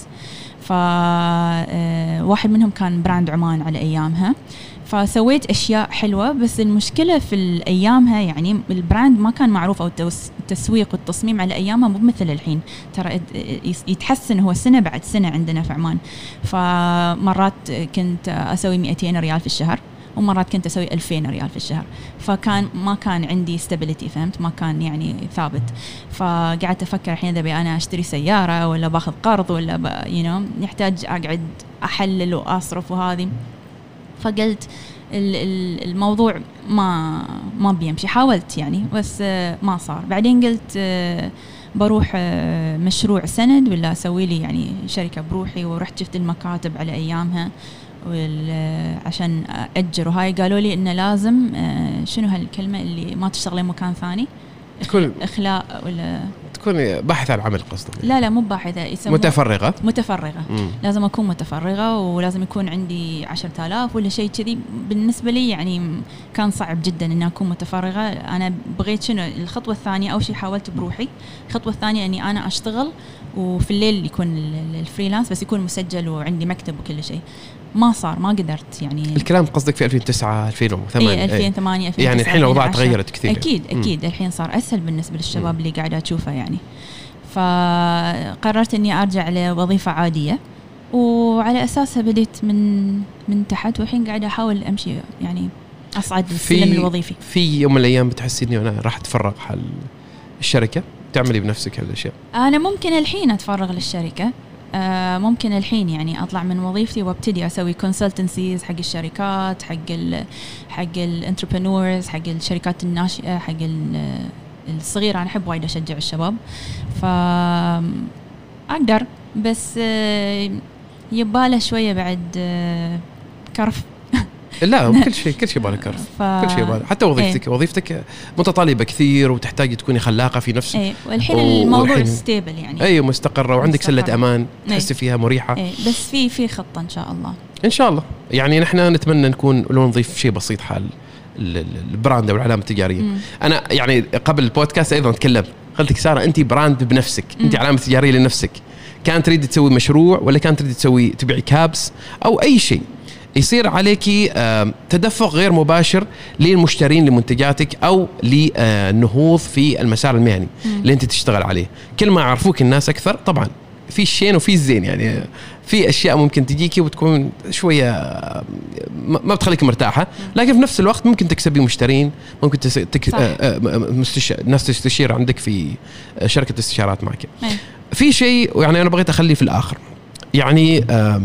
فواحد منهم كان براند عمان على أيامها، فسويت أشياء حلوة. بس المشكلة في الأيامها يعني البراند ما كان معروف، أو التسويق والتصميم على أيامها مو مثل الحين، ترى يتحسن هو سنة بعد سنة عندنا في عمان. فمرات كنت أسوي مئتين ريال في الشهر، ومرات كنت أسوي ألفين ريال في الشهر، فكان ما كان عندي stability، فهمت؟ ما كان يعني ثابت. فقعدت أفكر الحين إذا بي أنا أشتري سيارة ولا باخذ قرض ولا you know يحتاج أقعد أحلل وأصرف وهذه. فقلت الموضوع ما ما بيمشي. حاولت يعني بس ما صار. بعدين قلت بروح مشروع سند ولا أسوي لي يعني شركة بروحي، ورحت شفت المكاتب على أيامها عشان أجر، وهاي قالوا لي إنه لازم شنو هالكلمة اللي ما تشتغلين مكان ثاني، تكون إخلاء ولا تكون باحثة عن عمل قصدك؟ لا لا مو باحثة، يسموها متفرغة. متفرغة. مم. لازم أكون متفرغة، ولازم يكون عندي عشرة آلاف ولا شيء كذي. بالنسبة لي يعني كان صعب جدا إن أكون متفرغة. أنا بغيت شنو الخطوة الثانية، أول شيء حاولت بروحي. الخطوة الثانية إني أنا أشتغل وفي الليل يكون الفريلانس، بس يكون مسجل وعندي مكتب وكل شيء. ما صار، ما قدرت يعني. الكلام قصدك في ألفين وتسعة ألفين وثمانية؟ إيه ألفين وثمانية ألفين وتسعة يعني الحين الأوضاع تغيرت كثير. أكيد أكيد. م. الحين صار أسهل بالنسبة للشباب م. اللي قاعدة أشوفه يعني. فقررت إني أرجع لوظيفة عادية، وعلى أساسها بديت من من تحت، والحين قاعدة أحاول أمشي يعني أصعد السلم الوظيفي. في يوم من الأيام بتحسي إني أنا راح أتفرغ حل الشركة، تعملي بنفسك هالأشياء؟ أنا ممكن الحين أتفرغ للشركة، آه ممكن الحين يعني أطلع من وظيفتي وابتدي أسوي consultancies حق الشركات، حق ال حق الانتربرنورز، حق الشركات الناشئة، حق الصغيرة. أنا أحب وايد أشجع الشباب، فأقدر، بس آه يباله شوية بعد آه كرف. لا كل شيء كل شيء بالك كرف. ف... كل شيء بالك، حتى وظيفتك. ايه. وظيفتك متطلبة كثير، وتحتاجي تكوني خلاقة في نفسك. ايه. والحين و... الموضوع ستيبل يعني. ايوه مستقرة، وعندك سلة امان تحسي ايه. فيها مريحة. ايه. بس في في خطة ان شاء الله. ان شاء الله يعني نحن نتمنى نكون لو نضيف شيء بسيط حال البراند او العلامة التجارية. م. انا يعني قبل البودكاست ايضا تكلمت، قلت لك سارة انت براند بنفسك، انت م. علامة تجارية لنفسك. كانت تريد تسوي مشروع، ولا كانت تريد تسوي تبيعي كابس او اي شيء، يصير عليكي تدفق غير مباشر للمشترين لمنتجاتك أو للنهوض في المسار المهني اللي أنت تشتغل عليه. كل ما يعرفوك الناس أكثر، طبعا في الشين وفي الزين، يعني في أشياء ممكن تجيكي وتكون شوية ما بتخليك مرتاحه، لكن في نفس الوقت ممكن تكسبي مشترين، ممكن تس... تك... مستش... ناس تستشير عندك في شركه استشارات معك. أي. في شيء يعني انا بغيت اخليه في الاخر، يعني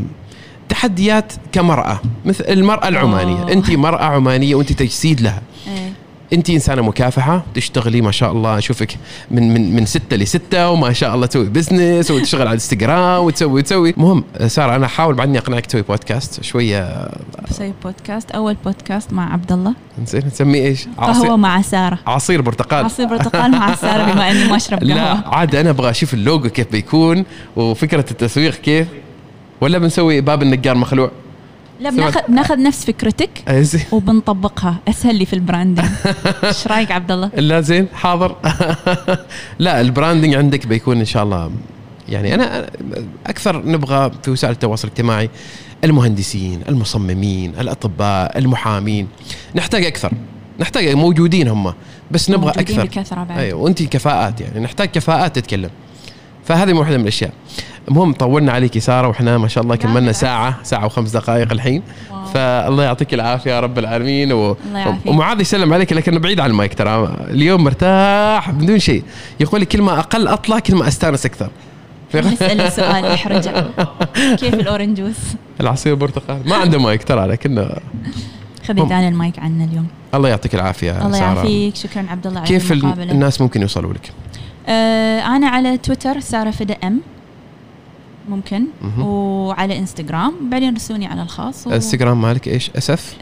تحديات كمراه، مثل المراه العمانيه. أوه. انت مراه عمانيه وانت تجسيد لها. أي. انت انسانه مكافحه، تشتغلي ما شاء الله، اشوفك من من من ستة لستة وما شاء الله تسوي بزنس وتشتغل على الانستغرام وتسوي وتسوي مهم. ساره انا احاول بعدني اقنعك تسوي بودكاست شويه. بسوي بودكاست، اول بودكاست مع عبد الله. زين نسميه ايش؟ قهوه مع ساره. عصير برتقال. عصير برتقال مع ساره، بما اني ما اشرب قهوه. لا عاد انا ابغى اشوف اللوجو كيف بيكون وفكره التسويق كيف، ولا بنسوي باب النجار مخلوع؟ لا بناخذ بناخذ نفس فكرتك وبنطبقها، اسهل لي في البراندنج. ايش رايك عبد الله؟ لا زين حاضر. لا البراندنج عندك بيكون ان شاء الله، يعني انا اكثر نبغى في وسائل التواصل الاجتماعي المهندسين، المصممين، الاطباء، المحامين، نحتاج اكثر، نحتاج موجودين هم، بس نبغى اكثر بكثره بعد. ايوه وانت كفاءات، يعني نحتاج كفاءات تتكلم. فهذه واحده من الاشياء. المهم طولنا عليك ساره، واحنا ما شاء الله كملنا ساعه ساعه وخمس دقائق الحين. واو. فالله يعطيك العافيه يا رب العالمين. و... ومعاذ يسلم عليك لكنه بعيد عن المايك، ترى اليوم مرتاح بدون شيء. يقول لي كلمه اقل اطلع كلمه استانس اكثر. نسأله سؤال يحرجه، كيف الاورنج جوس؟ العصير برتقال ما عنده مايك ترى، لكنه خذي دان المايك عنا اليوم. الله يعطيك العافيه. الله يعافيك. شكرا عبد الله على كيف المقابله. الناس ممكن يوصلوا لك؟ آه انا على تويتر ساره فدا ام ممكن، م- وعلى انستغرام، بعدين رسوني على الخاص. و... انستغرام مالك ايش؟ اسف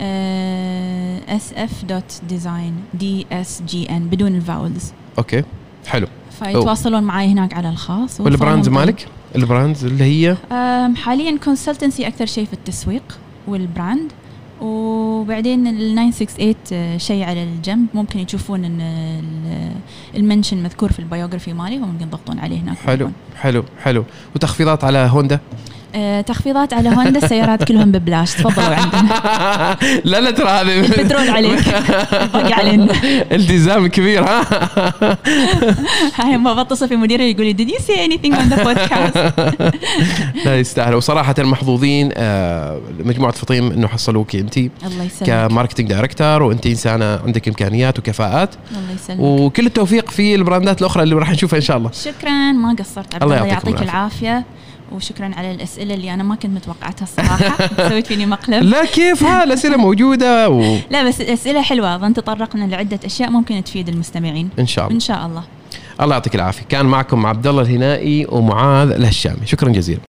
اس اف دوت ديزاين دي اس جي ان بدون الفاولز. اوكي حلو. فيتواصلون معي هناك على الخاص. والبراندز مالك؟ البراندز اللي هي حاليا كونسلتنسي اكثر شيء في التسويق والبراند، وبعدين ال تسعمية وثمانية وستين شيء على الجنب، ممكن يشوفون ان المنشن مذكور في البيوغرافي مالي، وممكن يضغطون عليه هناك. حلو حلو حلو. وتخفيضات على هوندا؟ آه، تخفيضات على هوندا، السيارات كلهم ببلاش، تفضلوا عندنا. لا لا ترى هذه البترول عليك، باقي علينا التزام كبير. ها هاي ما بتصل في مديري يقول لي did you say anything on the podcast. لا يستاهل. وصراحة محظوظين آه مجموعة فطيم انه حصلوكي انت كماركتينج دايركتور، وانت انسانة عندك امكانيات وكفاءات. الله يسلمك. وكل التوفيق في البراندات الاخرى اللي راح نشوفها ان شاء الله. شكرا، ما قصرت عبد الله، يعطيك العافية. وشكرا على الأسئلة اللي أنا ما كنت متوقعتها الصراحة. سويت فيني مقلب. لا كيف ها الأسئلة موجودة و... لا بس الأسئلة حلوة، أظن تطرقنا لعدة أشياء ممكن تفيد المستمعين إن شاء الله. إن شاء الله. الله يعطيك العافية. كان معكم عبد الله الهنائي ومعاذ الهشامي، شكرا جزيلا.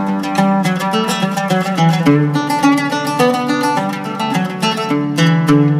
thank you